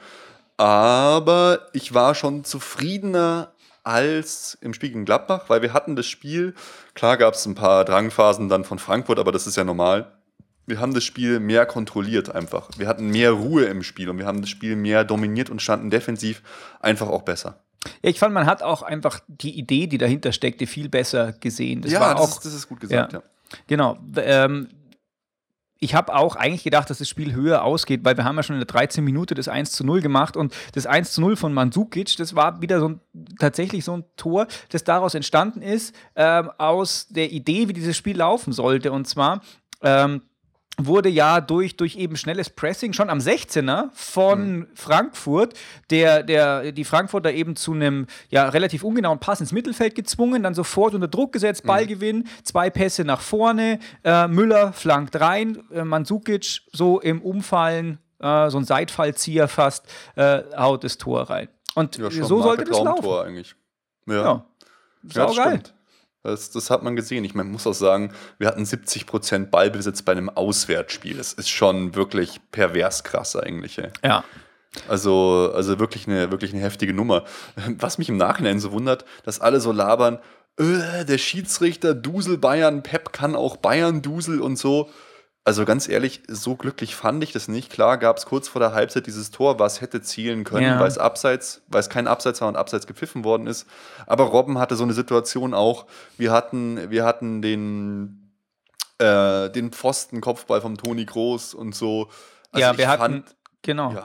C: Aber ich war schon zufriedener als im Spiel gegen Gladbach, weil wir hatten das Spiel, klar gab es ein paar Drangphasen dann von Frankfurt, aber das ist ja normal. Wir haben das Spiel mehr kontrolliert einfach. Wir hatten mehr Ruhe im Spiel und wir haben das Spiel mehr dominiert und standen defensiv einfach auch besser.
B: Ja, ich fand, man hat auch einfach die Idee, die dahinter steckte, viel besser gesehen. Das
C: ja,
B: war
C: das,
B: auch,
C: ist, das ist gut gesagt, ja.
B: ja. Genau. Ähm, ich habe auch eigentlich gedacht, dass das Spiel höher ausgeht, weil wir haben ja schon in der dreizehnten Minute das eins zu null gemacht und das eins zu null von Mandzukic, das war wieder so ein, tatsächlich so ein Tor, das daraus entstanden ist, ähm, aus der Idee, wie dieses Spiel laufen sollte. Und zwar ähm, wurde ja durch, durch eben schnelles Pressing schon am sechzehner von mhm. Frankfurt, der, der, die Frankfurter eben zu einem ja, relativ ungenauen Pass ins Mittelfeld gezwungen, dann sofort unter Druck gesetzt, Ballgewinn, mhm. zwei Pässe nach vorne, äh, Müller flankt rein, äh, Mandzukic so im Umfallen, äh, so ein Seitfallzieher fast, äh, haut das Tor rein. Und
C: ja,
B: so sollte das laufen.
C: Tor eigentlich. Ja,
B: ja. Sau
C: ja,
B: geil.
C: Das, das hat man gesehen. Ich meine, man muss auch sagen, wir hatten siebzig Prozent Ballbesitz bei einem Auswärtsspiel. Das ist schon wirklich pervers krass eigentlich. Ey.
B: Ja.
C: Also, also wirklich eine, wirklich eine heftige Nummer. Was mich im Nachhinein so wundert, dass alle so labern, äh, der Schiedsrichter Dusel Bayern, Pep kann auch Bayern Dusel und so. Also ganz ehrlich, so glücklich fand ich das nicht. Klar gab es kurz vor der Halbzeit dieses Tor, was hätte zielen können, ja. weil es abseits, weil es kein Abseits war und abseits gepfiffen worden ist. Aber Robben hatte so eine Situation auch. Wir hatten, wir hatten den, äh, den Pfosten-Kopfball vom Toni Kroos und so. Also
B: ja, wir
C: ich
B: hatten,
C: fand,
B: genau.
C: Ja.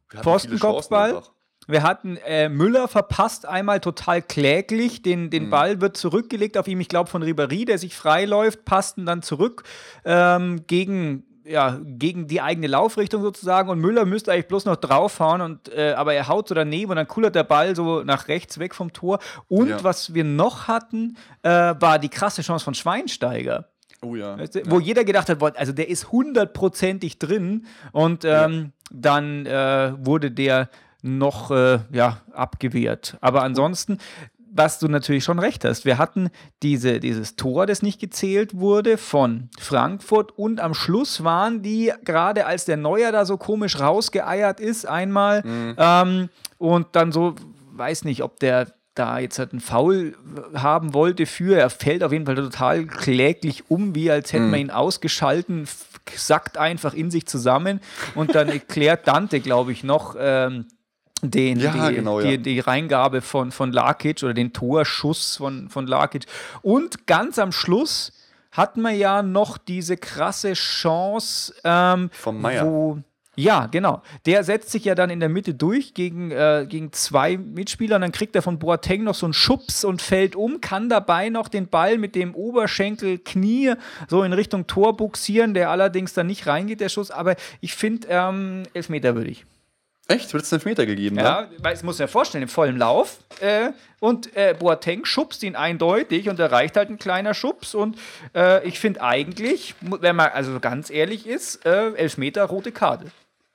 C: Wir hatten viele
B: Pfostenkopfball.
C: Chancen einfach.
B: Wir hatten äh, Müller verpasst einmal total kläglich. Den, den
C: Mhm.
B: Ball wird zurückgelegt auf ihm, ich glaube von Ribéry, der sich freiläuft, passt ihn dann zurück ähm, gegen, ja, gegen die eigene Laufrichtung sozusagen. Und Müller müsste eigentlich bloß noch draufhauen, und, äh, aber er haut so daneben und dann kullert der Ball so nach rechts weg vom Tor. Und
C: Ja.
B: was wir noch hatten, äh, war die krasse Chance von Schweinsteiger.
C: Oh ja.
B: Weißt du, wo jeder gedacht hat, boah, also der ist hundertprozentig drin, und ähm, dann äh, wurde der noch äh, ja, abgewehrt. Aber ansonsten, was du natürlich schon recht hast, wir hatten diese, dieses Tor, das nicht gezählt wurde, von Frankfurt, und am Schluss waren die, gerade als der Neuer da so komisch rausgeeiert ist, einmal ähm, und dann so, weiß nicht, ob der da jetzt halt einen Foul haben wollte für, er fällt auf jeden Fall total kläglich um, wie als hätten wir ihn ausgeschalten, f- sackt einfach in sich zusammen, und dann erklärt Dante, glaube ich, noch ähm, den,
C: Ja,
B: die,
C: genau,
B: die,
C: ja.
B: die Reingabe von, von Lakic oder den Torschuss von, von Lakic. Und ganz am Schluss hatten wir ja noch diese krasse Chance ähm,
C: Vom Meier.
B: wo ja, genau. Der setzt sich ja dann in der Mitte durch gegen, äh, gegen zwei Mitspieler, und dann kriegt er von Boateng noch so einen Schubs und fällt um, kann dabei noch den Ball mit dem Oberschenkel, Knie so in Richtung Tor buxieren, der allerdings dann nicht reingeht, der Schuss. Aber ich finde, ähm, Elfmeter würde ich.
C: Echt? Wird es einen Elfmeter gegeben?
B: Ja, weil es muss ja vorstellen, im vollen Lauf. Äh, und äh, Boateng schubst ihn eindeutig, und da reicht halt ein kleiner Schubs. Und äh, ich finde eigentlich, mu- wenn man also ganz ehrlich ist, äh, Elfmeter, rote Karte.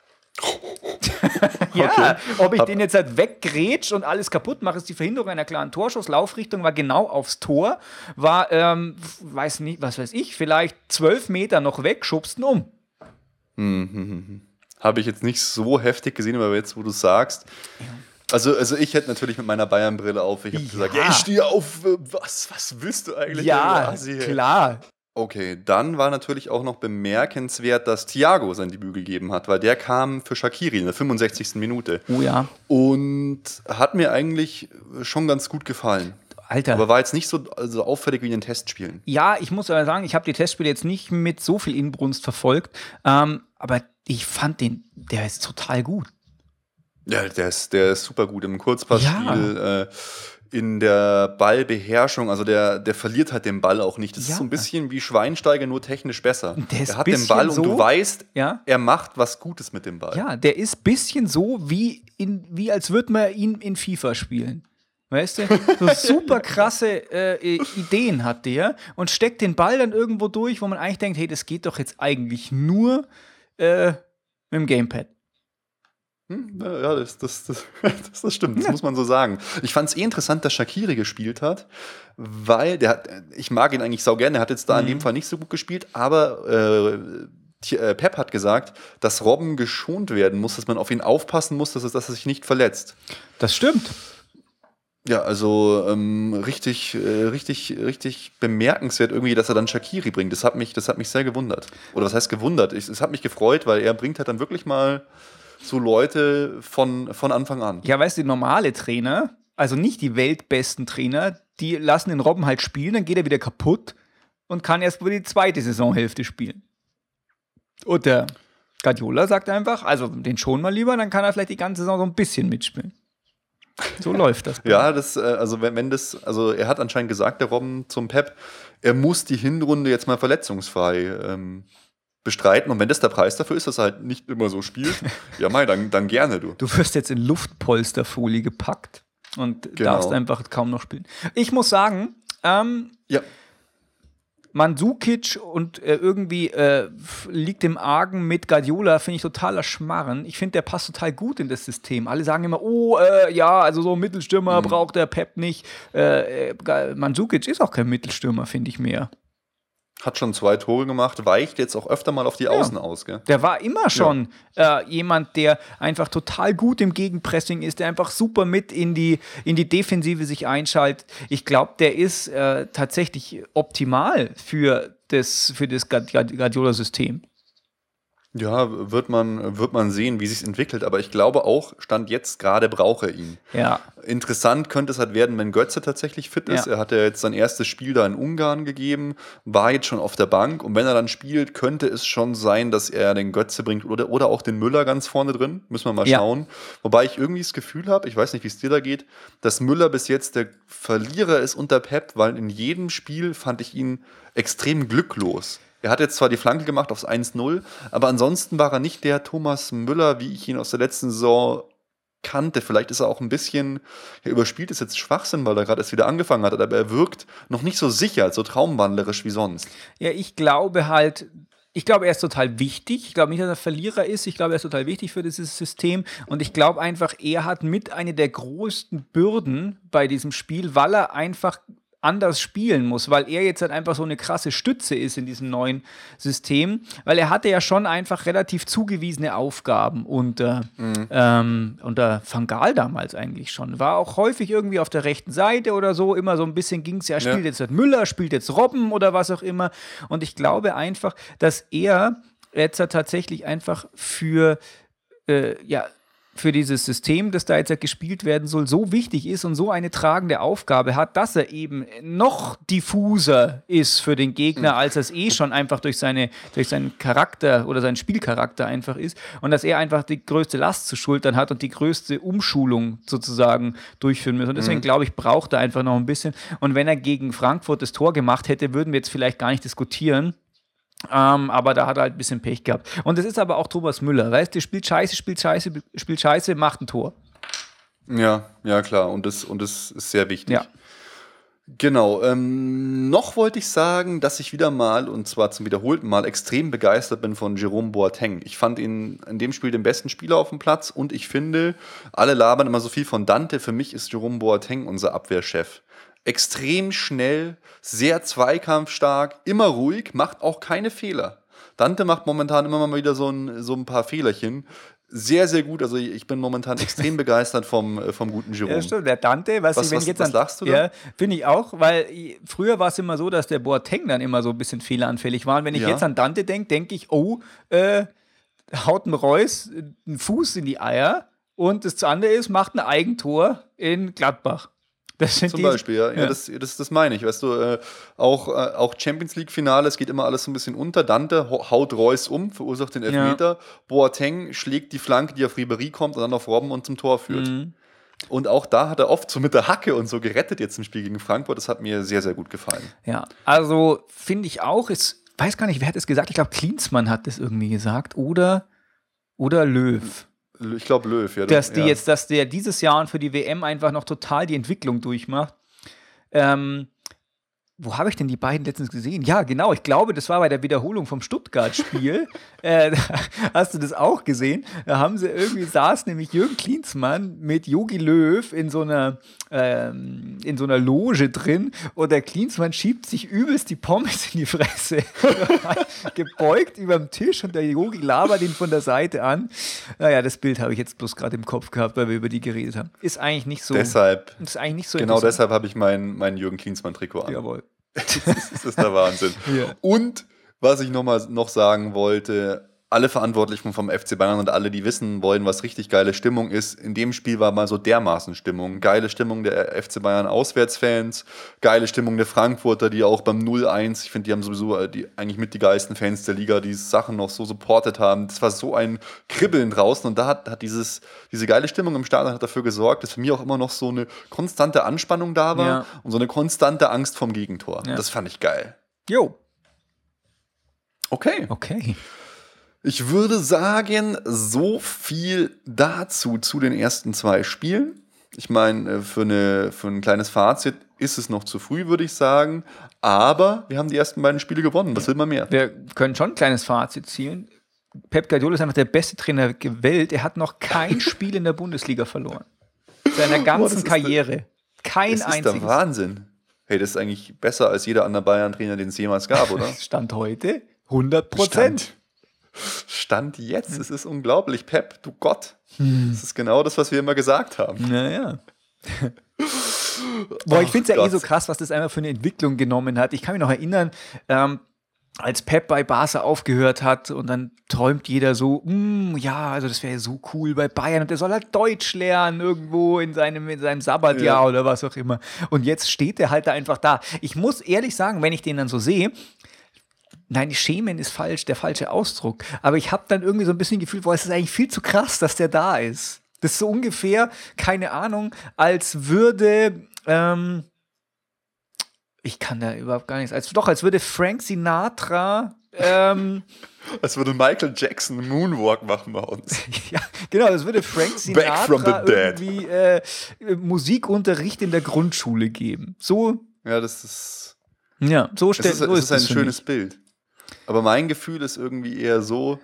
B: Ja,
C: Okay.
B: ob ich
C: Hab-
B: den jetzt halt weggrätsch und alles kaputt mache, ist die Verhinderung einer klaren Torschuss. Laufrichtung war genau aufs Tor, war, ähm, weiß nicht, was weiß ich, vielleicht zwölf Meter noch weg, schubsten um.
C: Habe ich jetzt nicht so heftig gesehen, aber jetzt, wo du sagst. Also, also ich hätte natürlich mit meiner Bayern-Brille auf, ich habe
B: Ja.
C: gesagt, ja, ich stehe auf, äh, was, was willst du eigentlich?
B: Ja,
C: du Assi?
B: klar.
C: Okay, dann war natürlich auch noch bemerkenswert, dass Thiago sein Debüt gegeben hat, weil der kam für Shaqiri in der fünfundsechzigsten Minute.
B: Oh ja.
C: Und hat mir eigentlich schon ganz gut gefallen.
B: Alter.
C: Aber war jetzt nicht so also auffällig wie in den Testspielen.
B: Ja, ich muss aber sagen, ich habe die Testspiele jetzt nicht mit so viel Inbrunst verfolgt, ähm, aber ich fand den, der ist total gut.
C: Ja, der ist, der ist super gut im Kurzpassspiel, äh, in der Ballbeherrschung. Also der, der verliert halt den Ball auch nicht. Das
B: Ja.
C: ist so ein bisschen wie Schweinsteiger, nur technisch besser.
B: Der ist
C: er hat den
B: bisschen
C: Ball und
B: so-
C: du weißt,
B: Ja.
C: er macht was Gutes mit dem Ball.
B: Ja, der ist ein bisschen so, wie, in, wie als würde man ihn in FIFA spielen. Weißt du? So super krasse äh, Ideen hat der und steckt den Ball dann irgendwo durch, wo man eigentlich denkt, hey, das geht doch jetzt eigentlich nur äh, mit dem Gamepad.
C: Hm, ja, das, das, das, das, das stimmt, das muss man so sagen. Ich fand es eh interessant, dass Shaqiri gespielt hat, weil der hat, ich mag ihn eigentlich sau gerne, der hat jetzt da in dem Fall nicht so gut gespielt, aber äh, T- äh, Pep hat gesagt, dass Robben geschont werden muss, dass man auf ihn aufpassen muss, dass, es, dass er sich nicht verletzt.
B: Das stimmt.
C: Ja, also ähm, richtig, äh, richtig, richtig bemerkenswert irgendwie, dass er dann Shaqiri bringt. Das hat mich, das hat mich sehr gewundert. Oder was heißt gewundert? Ich, es hat mich gefreut, weil er bringt halt dann wirklich mal so Leute von, von Anfang an.
B: Ja, weißt du, die normale Trainer, also nicht die weltbesten Trainer, die lassen den Robben halt spielen, dann geht er wieder kaputt und kann erst über die zweite Saisonhälfte spielen. Und der Guardiola sagt einfach, also den schon mal lieber, dann kann er vielleicht die ganze Saison so ein bisschen mitspielen. So läuft das.
C: Ja, das, äh, also wenn, wenn das, also er hat anscheinend gesagt, der Robben zum Pep, er muss die Hinrunde jetzt mal verletzungsfrei ähm, bestreiten. Und wenn das der Preis dafür ist, dass er halt nicht immer so spielt, ja mei, dann, dann gerne du.
B: Du wirst jetzt in Luftpolsterfolie gepackt und
C: Genau.
B: darfst einfach kaum noch spielen. Ich muss sagen, ähm,
C: Ja.
B: Mandzukic und äh, irgendwie äh, f- liegt im Argen mit Guardiola, finde ich totaler Schmarren. Ich finde, der passt total gut in das System. Alle sagen immer, oh, äh, ja, also so einen Mittelstürmer braucht der Pep nicht. Äh, äh, Mandzukic ist auch kein Mittelstürmer, finde ich mehr.
C: Hat schon zwei Tore gemacht, weicht jetzt auch öfter mal auf die Außen aus, gell?
B: Der war immer schon äh, jemand, der einfach total gut im Gegenpressing ist, der einfach super mit in die, in die Defensive sich einschaltet. Ich glaube, der ist äh, tatsächlich optimal für das, für das Guard- Guardiola-System.
C: Ja, wird man, wird man sehen, wie sich entwickelt. Aber ich glaube auch, Stand jetzt gerade braucht er ihn.
B: Ja.
C: Interessant könnte es halt werden, wenn Götze tatsächlich fit ist.
B: Ja.
C: Er hat ja jetzt sein erstes Spiel da in Ungarn gegeben, war jetzt schon auf der Bank. Und wenn er dann spielt, könnte es schon sein, dass er den Götze bringt oder, oder auch den Müller ganz vorne drin. Müssen wir mal
B: Ja.
C: schauen. Wobei ich irgendwie das Gefühl habe, ich weiß nicht, wie es dir da geht, dass Müller bis jetzt der Verlierer ist unter Pep, weil in jedem Spiel fand ich ihn extrem glücklos. Er hat jetzt zwar die Flanke gemacht aufs eins null, aber ansonsten war er nicht der Thomas Müller, wie ich ihn aus der letzten Saison kannte. Vielleicht ist er auch ein bisschen, ja, überspielt ist jetzt Schwachsinn, weil er gerade erst wieder angefangen hat, aber er wirkt noch nicht so sicher, so traumwandlerisch wie sonst.
B: Ja, ich glaube halt, ich glaube, er ist total wichtig. Ich glaube nicht, dass er Verlierer ist. Ich glaube, er ist total wichtig für dieses System. Und ich glaube einfach, er hat mit eine der größten Bürden bei diesem Spiel, weil er einfach anders spielen muss, weil er jetzt halt einfach so eine krasse Stütze ist in diesem neuen System, weil er hatte ja schon einfach relativ zugewiesene Aufgaben unter, mhm. ähm, unter Van Gaal damals eigentlich schon. War auch häufig irgendwie auf der rechten Seite oder so, immer so ein bisschen ging es ja, spielt ja. jetzt halt Müller, spielt jetzt Robben oder was auch immer. Und ich glaube einfach, dass er jetzt halt tatsächlich einfach für, äh, ja, für dieses System, das da jetzt gespielt werden soll, so wichtig ist und so eine tragende Aufgabe hat, dass er eben noch diffuser ist für den Gegner, als er es eh schon einfach durch, seine, durch seinen Charakter oder seinen Spielcharakter einfach ist und dass er einfach die größte Last zu schultern hat und die größte Umschulung sozusagen durchführen muss. Und deswegen mhm. glaube ich, braucht er einfach noch ein bisschen. Und wenn er gegen Frankfurt das Tor gemacht hätte, würden wir jetzt vielleicht gar nicht diskutieren. Um, aber da hat er halt ein bisschen Pech gehabt. Und das ist aber auch Thomas Müller, weißt du, spielt scheiße, spielt scheiße, spielt scheiße, macht ein Tor.
C: Ja, ja klar, und das, und das ist sehr wichtig.
B: Ja.
C: Genau, ähm, noch wollte ich sagen, dass ich wieder mal, und zwar zum wiederholten Mal, extrem begeistert bin von Jerome Boateng. Ich fand ihn in dem Spiel den besten Spieler auf dem Platz und ich finde, alle labern immer so viel von Dante, für mich ist Jerome Boateng unser Abwehrchef. Extrem schnell, sehr zweikampfstark, immer ruhig, macht auch keine Fehler. Dante macht momentan immer mal wieder so ein, so ein paar Fehlerchen. Sehr, sehr gut. Also ich bin momentan extrem begeistert vom, vom guten Jerome.
B: Ja, stimmt. Der Dante, was,
C: was,
B: ich, wenn
C: was,
B: ich jetzt
C: was
B: an,
C: lachst du da?
B: Ja, finde ich auch, weil ich, früher war es immer so, dass der Boateng dann immer so ein bisschen fehleranfällig war. Und wenn ich
C: Ja.
B: jetzt an Dante denke, denke ich, oh, äh, haut ein Reus einen Fuß in die Eier und das andere ist, macht ein Eigentor in Gladbach. Das sind
C: Zum
B: die,
C: Beispiel, ja. ja.
B: ja.
C: Das, das, das meine ich. Weißt du, äh, auch, äh, auch Champions League-Finale, es geht immer alles so ein bisschen unter. Dante haut Reus um, verursacht den Elfmeter. Ja. Boateng schlägt die Flanke, die auf Ribéry kommt und dann auf Robben und zum Tor führt. Mhm. Und auch da hat er oft so mit der Hacke und so gerettet jetzt im Spiel gegen Frankfurt. Das hat mir sehr, sehr gut gefallen.
B: Ja, also finde ich auch, ich weiß gar nicht, wer hat das gesagt? Ich glaube, Klinsmann hat das irgendwie gesagt. Oder, oder Löw.
C: Ich glaube Löw, ja.
B: Dass die
C: ja.
B: jetzt, dass der dieses Jahr und für die W M einfach noch total die Entwicklung durchmacht. Ähm, wo habe ich denn die beiden letztens gesehen? Ja, genau, ich glaube, das war bei der Wiederholung vom Stuttgart-Spiel. äh, hast du das auch gesehen? Da haben sie irgendwie, saß nämlich Jürgen Klinsmann mit Jogi Löw in so einer, ähm, in so einer Loge drin und der Klinsmann schiebt sich übelst die Pommes in die Fresse. Gebeugt über dem Tisch und der Jogi labert ihn von der Seite an. Naja, das Bild habe ich jetzt bloß gerade im Kopf gehabt, weil wir über die geredet haben. Ist eigentlich nicht so.
C: Deshalb.
B: Ist eigentlich nicht so.
C: Genau deshalb habe ich mein, mein Jürgen Klinsmann-Trikot an.
B: Jawohl.
C: Das ist, das ist der Wahnsinn.
B: Ja.
C: Und was ich noch mal noch sagen wollte, alle Verantwortlichen vom F C Bayern und alle, die wissen wollen, was richtig geile Stimmung ist, in dem Spiel war mal so dermaßen Stimmung. Geile Stimmung der F C Bayern Auswärtsfans, geile Stimmung der Frankfurter, die auch beim null eins, ich finde, die haben sowieso die, eigentlich mit die geilsten Fans der Liga, die Sachen noch so supportet haben. Das war so ein Kribbeln draußen und da hat, hat dieses, diese geile Stimmung im Stadion hat dafür gesorgt, dass für mich auch immer noch so eine konstante Anspannung da war
B: Ja.
C: und so eine konstante Angst vom Gegentor.
B: Ja.
C: Das fand ich geil.
B: Jo.
C: Okay.
B: Okay.
C: Ich würde sagen, so viel dazu zu den ersten zwei Spielen. Ich meine, für, eine, für ein kleines Fazit ist es noch zu früh, würde ich sagen. Aber wir haben die ersten beiden Spiele gewonnen. Was will man mehr?
B: Wir können schon ein kleines Fazit ziehen. Pep Guardiola ist einfach der beste Trainer der Welt. Er hat noch kein Spiel in der Bundesliga verloren. Seiner ganzen
C: Boah,
B: Karriere.
C: Der,
B: Kein
C: das ist
B: einziges.
C: der Wahnsinn. Hey, das ist eigentlich besser als jeder andere Bayern-Trainer, den es jemals gab, oder?
B: Stand heute hundert Prozent.
C: Stand. Stand jetzt. Es ist unglaublich. Pep, du Gott. Hm. Das ist genau das, was wir immer gesagt haben.
B: Naja. Boah, ich finde es ja
C: Gott.
B: eh so krass, was das einfach für eine Entwicklung genommen hat. Ich kann mich noch erinnern, ähm, als Pep bei Barca aufgehört hat und dann träumt jeder so, mm, ja, also das wäre so cool bei Bayern und der soll halt Deutsch lernen irgendwo in seinem, in seinem Sabbatjahr
C: Ja.
B: oder was auch immer. Und jetzt steht er halt da einfach da. Ich muss ehrlich sagen, wenn ich den dann so sehe, nein, schämen ist falsch, der falsche Ausdruck, aber ich habe dann irgendwie so ein bisschen Gefühl, boah, es ist eigentlich viel zu krass, dass der da ist. Das ist so ungefähr, keine Ahnung, als würde, ähm, ich kann da überhaupt gar nichts. Als, doch, als würde Frank Sinatra. Ähm,
C: Als würde Michael Jackson einen Moonwalk machen bei uns.
B: ja, genau, als würde Frank
C: Back from
B: Sinatra
C: the dead.
B: irgendwie äh, Musikunterricht in der Grundschule geben. So,
C: Ja, das ist.
B: ja, so
C: Es
B: stellt
C: ist,
B: so
C: es ist ein
B: für
C: schönes
B: mich.
C: Bild. Aber mein Gefühl ist irgendwie eher so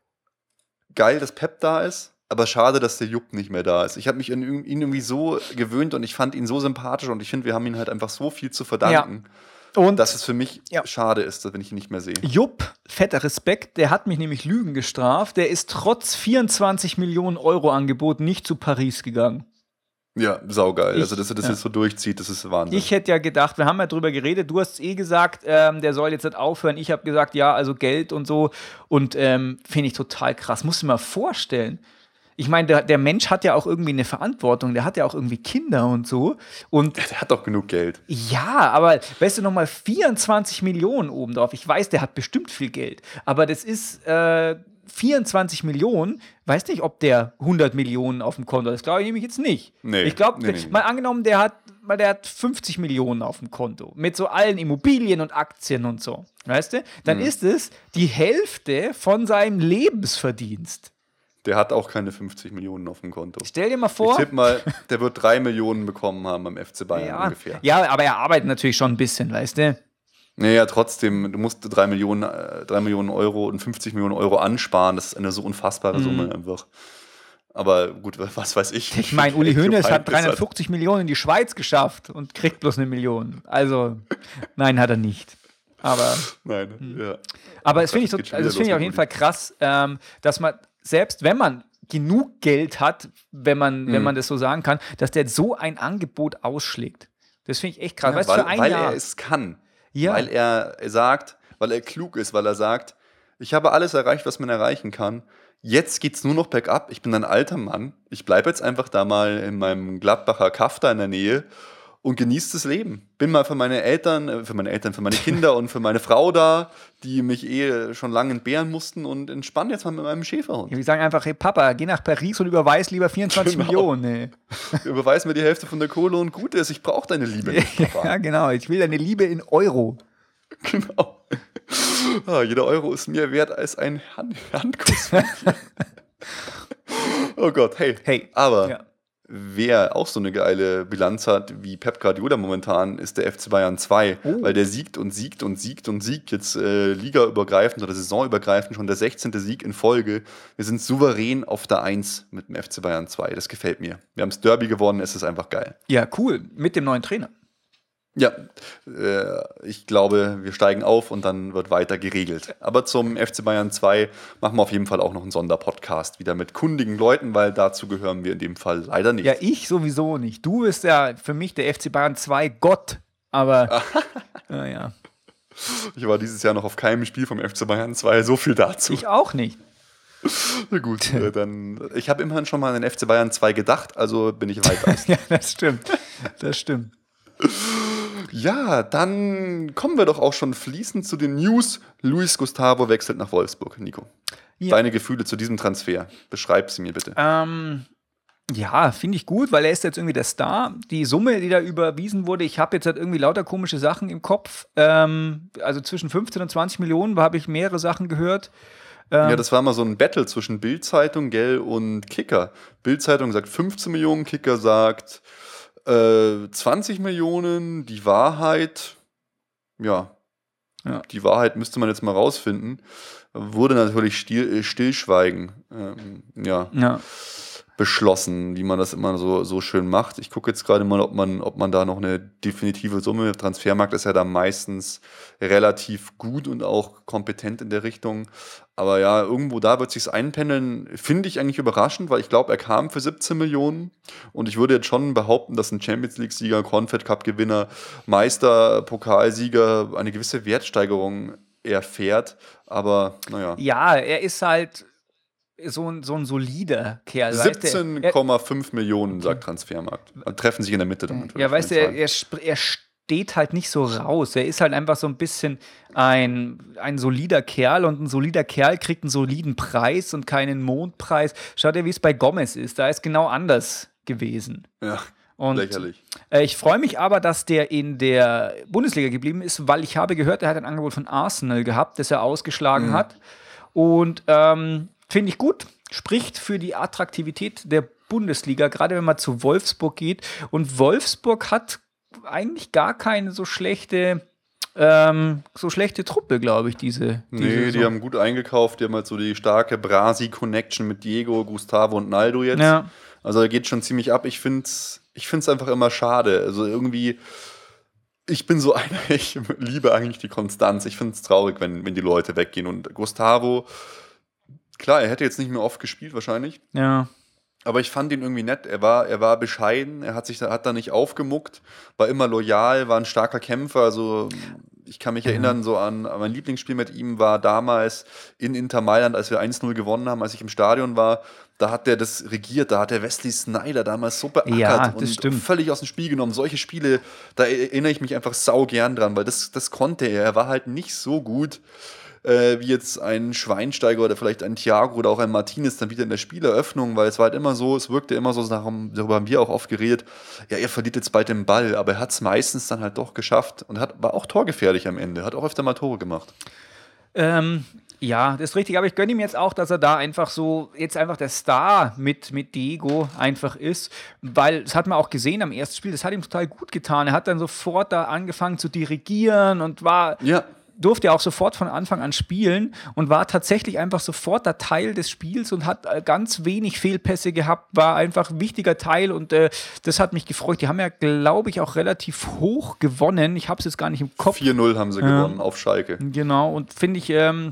C: geil, dass Pep da ist, aber schade, dass der Jupp nicht mehr da ist. Ich habe mich an ihn irgendwie so gewöhnt und ich fand ihn so sympathisch und ich finde, wir haben ihn halt einfach so viel zu verdanken,
B: Und
C: dass es für mich
B: Ja.
C: schade ist, wenn ich ihn nicht mehr sehe.
B: Jupp, fetter Respekt, der hat mich nämlich Lügen gestraft. Der ist trotz vierundzwanzig Millionen Euro Angebot nicht zu Paris gegangen.
C: Ja, saugeil.
B: Ich-
C: also, dass er das
B: ja.
C: jetzt so durchzieht, das ist Wahnsinn.
B: Ich hätte ja gedacht, wir haben ja drüber geredet, du hast es eh gesagt, ähm, der soll jetzt nicht aufhören. Ich habe gesagt, ja, also Geld und so. Und ähm, finde ich total krass. Musst du dir mal vorstellen. Ich meine, der, der Mensch hat ja auch irgendwie eine Verantwortung. Der hat ja auch irgendwie Kinder und so. Und
C: Ja, der hat doch genug Geld.
B: ja, aber weißt du, nochmal vierundzwanzig Millionen obendrauf. Ich weiß, der hat bestimmt viel Geld. Aber das ist äh, vierundzwanzig Millionen. Weiß nicht, ob der hundert Millionen auf dem Konto hat. Das glaube ich nämlich jetzt nicht.
C: Nee,
B: Ich glaube,
C: nee, nee, nee.
B: mal angenommen, der hat, mal der hat fünfzig Millionen auf dem Konto. Mit so allen Immobilien und Aktien und so. Weißt du? Dann
C: Mhm.
B: ist es die Hälfte von seinem Lebensverdienst.
C: Der hat auch keine fünfzig Millionen auf dem Konto.
B: Stell dir mal
C: Ich
B: vor.
C: tippe mal, der wird drei Millionen bekommen haben beim F C Bayern
B: ja,
C: ungefähr.
B: ja, aber er arbeitet natürlich schon ein bisschen, weißt du?
C: Naja, trotzdem, du musst drei Millionen, äh, drei Millionen Euro und fünfzig Millionen Euro ansparen. Das ist eine so unfassbare Summe einfach. Aber gut, was weiß ich.
B: Mhm. Ich meine, Uli
C: Welche
B: Hoeneß hat
C: Pipe das
B: dreihundertfünfzig Millionen in die Schweiz geschafft und kriegt bloß eine Million. Also, nein, hat er nicht. Aber,
C: Nein, ja.
B: aber es finde ich,
C: Jetzt geht's
B: so-
C: schon
B: also das
C: wieder
B: finde ich
C: los
B: auf
C: mit
B: jeden
C: Uli.
B: Fall krass, ähm, dass man, selbst wenn man genug Geld hat, wenn man, wenn
C: Mhm.
B: man das so sagen kann, dass der so ein Angebot ausschlägt. Das finde ich echt krass.
C: Ja,
B: weißt du,
C: weil
B: für ein
C: weil
B: Jahr.
C: er es kann.
B: Ja.
C: Weil er sagt, weil er klug ist, weil er sagt, ich habe alles erreicht, was man erreichen kann. Jetzt geht's nur noch bergab. Ich bin ein alter Mann. Ich bleibe jetzt einfach da mal in meinem Gladbacher Kaff da in der Nähe und genieße das Leben. Bin mal für meine Eltern, äh, für meine Eltern, für meine Kinder und für meine Frau da, die mich eh schon lange entbehren mussten und entspanne jetzt mal mit meinem Schäferhund.
B: Wir sagen einfach, hey Papa, geh nach Paris und überweis lieber vierundzwanzig
C: Genau.
B: Millionen. Ey.
C: Überweis mir die Hälfte von der Kohle und gut ist, ich brauche deine Liebe nicht, Papa.
B: Ja, genau. Ich will deine Liebe in Euro.
C: Genau. Ah, jeder Euro ist mir wert als ein Hand Handkuss. von dir. Oh Gott, hey.
B: Hey.
C: Aber
B: Ja.
C: wer auch so eine geile Bilanz hat wie Pep Guardiola momentan, ist der F C Bayern zwei.
B: Oh.
C: Weil der siegt und siegt und siegt und siegt. Jetzt äh, ligaübergreifend oder saisonübergreifend schon der sechzehnte Sieg in Folge. Wir sind souverän auf der eins mit dem F C Bayern zwei. Das gefällt mir. Wir haben das Derby gewonnen, es ist einfach geil.
B: Ja, cool. Mit dem neuen Trainer.
C: Ja, äh, ich glaube, wir steigen auf und dann wird weiter geregelt. Aber zum F C Bayern zwei machen wir auf jeden Fall auch noch einen Sonderpodcast wieder mit kundigen Leuten, weil dazu gehören wir in dem Fall leider nicht.
B: Ja, ich sowieso nicht. Du bist ja für mich der F C Bayern zwei Gott. Aber, naja,
C: Ich war dieses Jahr noch auf keinem Spiel vom F C Bayern zwei, so viel dazu.
B: ich auch nicht.
C: Na gut, äh, dann, ich habe immerhin schon mal an den F C Bayern zwei gedacht, also bin ich weiter.
B: Ja, das stimmt. Das stimmt.
C: Ja, dann kommen wir doch auch schon fließend zu den News. Luis Gustavo wechselt nach Wolfsburg. Nico,
B: Ja.
C: deine Gefühle zu diesem Transfer. Beschreib sie mir bitte.
B: Ähm, ja, finde ich gut, weil er ist jetzt irgendwie der Star. Die Summe, die da überwiesen wurde, ich habe jetzt halt irgendwie lauter komische Sachen im Kopf. Ähm, also zwischen fünfzehn und zwanzig Millionen habe ich mehrere Sachen gehört.
C: Ja, das war mal so ein Battle zwischen Bild-Zeitung, Gell und Kicker. Bild-Zeitung sagt fünfzehn Millionen, Kicker sagt äh, zwanzig Millionen. Die Wahrheit, ja,
B: Ja.
C: die Wahrheit müsste man jetzt mal rausfinden. Wurde natürlich still, Stillschweigen, ähm, ja,
B: Ja.
C: beschlossen, wie man das immer so, so schön macht. Ich gucke jetzt gerade mal, ob man, ob man da noch eine definitive Summe, der Transfermarkt ist ja da meistens relativ gut und auch kompetent in der Richtung. Aber ja, irgendwo da wird sich's einpendeln, finde ich eigentlich überraschend, weil ich glaube, er kam für siebzehn Millionen und ich würde jetzt schon behaupten, dass ein Champions League-Sieger, Confed Cup-Gewinner, Meister, Pokalsieger eine gewisse Wertsteigerung er fährt. Aber naja.
B: Ja, er ist halt so ein, so ein solider Kerl.
C: siebzehn Komma fünf Millionen, sagt Transfermarkt. Treffen sich in der Mitte damit.
B: Ja, weißt du, er, er, er steht halt nicht so raus. Er ist halt einfach so ein bisschen ein, ein solider Kerl und ein solider Kerl kriegt einen soliden Preis und keinen Mondpreis. Schaut dir, wie es bei Gomez ist. Da ist genau anders gewesen.
C: Ja,
B: und,
C: lächerlich.
B: Äh, ich freue mich aber, dass der in der Bundesliga geblieben ist, weil ich habe gehört, er hat ein Angebot von Arsenal gehabt, das er ausgeschlagen mhm. hat. Und ähm, finde ich gut. Spricht für die Attraktivität der Bundesliga, gerade wenn man zu Wolfsburg geht. Und Wolfsburg hat eigentlich gar keine so schlechte, ähm, so schlechte Truppe, glaube ich, diese, diese
C: Nee,
B: Saison.
C: Die haben gut eingekauft. Die haben halt so die starke Brasi-Connection mit Diego, Gustavo und Naldo jetzt.
B: Ja.
C: Also da geht schon ziemlich ab. Ich finde es ich find's einfach immer schade. Also irgendwie, ich bin so einer, ich liebe eigentlich die Konstanz. Ich finde es traurig, wenn, wenn die Leute weggehen. Und Gustavo, klar, er hätte jetzt nicht mehr oft gespielt wahrscheinlich.
B: Ja.
C: Aber ich fand ihn irgendwie nett. Er war, er war bescheiden, er hat sich da, hat da nicht aufgemuckt, war immer loyal, war ein starker Kämpfer. Also ich kann mich ja. erinnern, so an, an mein Lieblingsspiel mit ihm war damals in Inter Mailand, als wir eins null gewonnen haben, als ich im Stadion war. Da hat der das regiert, da hat der Wesley Sneijder damals so beackert
B: ja,
C: und
B: stimmt.
C: völlig aus dem Spiel genommen. Solche Spiele, da erinnere ich mich einfach sau gern dran, weil das, das konnte er. Er war halt nicht so gut äh, wie jetzt ein Schweinsteiger oder vielleicht ein Thiago oder auch ein Martinez dann wieder in der Spieleröffnung, weil es war halt immer so, es wirkte immer so, darüber haben wir auch oft geredet, ja, er verliert jetzt bald den Ball, aber er hat es meistens dann halt doch geschafft und hat, war auch torgefährlich am Ende, hat auch öfter mal Tore gemacht.
B: Ähm, ja, das ist richtig, aber ich gönne ihm jetzt auch, dass er da einfach so, jetzt einfach der Star mit, mit Diego einfach ist, weil das hat man auch gesehen am ersten Spiel, das hat ihm total gut getan, er hat dann sofort da angefangen zu dirigieren und war...
C: Ja.
B: durfte ja auch sofort von Anfang an spielen und war tatsächlich einfach sofort der Teil des Spiels und hat ganz wenig Fehlpässe gehabt, war einfach ein wichtiger Teil und äh, das hat mich gefreut. Die haben ja, glaube ich, auch relativ hoch gewonnen. Ich habe es jetzt gar nicht im Kopf.
C: vier null haben sie
B: ja.
C: gewonnen auf Schalke.
B: Genau, und finde ich, ähm,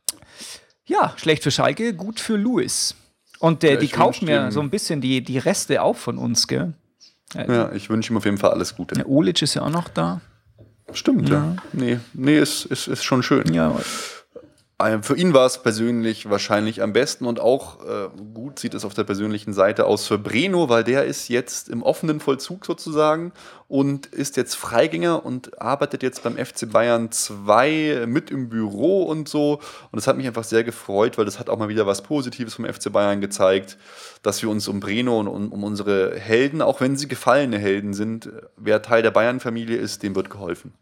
B: ja, schlecht für Schalke, gut für Luis. Und äh,
C: ja,
B: die kaufen ja so ein bisschen die, die Reste auch von uns, gell?
C: Ja, ich wünsche ihm auf jeden Fall alles Gute.
B: Der Olic ist ja auch noch da.
C: Stimmt, ja.
B: Ja.
C: Nee, nee ist, ist, ist schon schön.
B: Ja.
C: Für ihn war es persönlich wahrscheinlich am besten und auch äh, gut sieht es auf der persönlichen Seite aus für Breno, weil der ist jetzt im offenen Vollzug sozusagen und ist jetzt Freigänger und arbeitet jetzt beim F C Bayern zwei mit im Büro und so. Und das hat mich einfach sehr gefreut, weil das hat auch mal wieder was Positives vom F C Bayern gezeigt, dass wir uns um Breno und um, um unsere Helden, auch wenn sie gefallene Helden sind, wer Teil der Bayern-Familie ist, dem wird geholfen.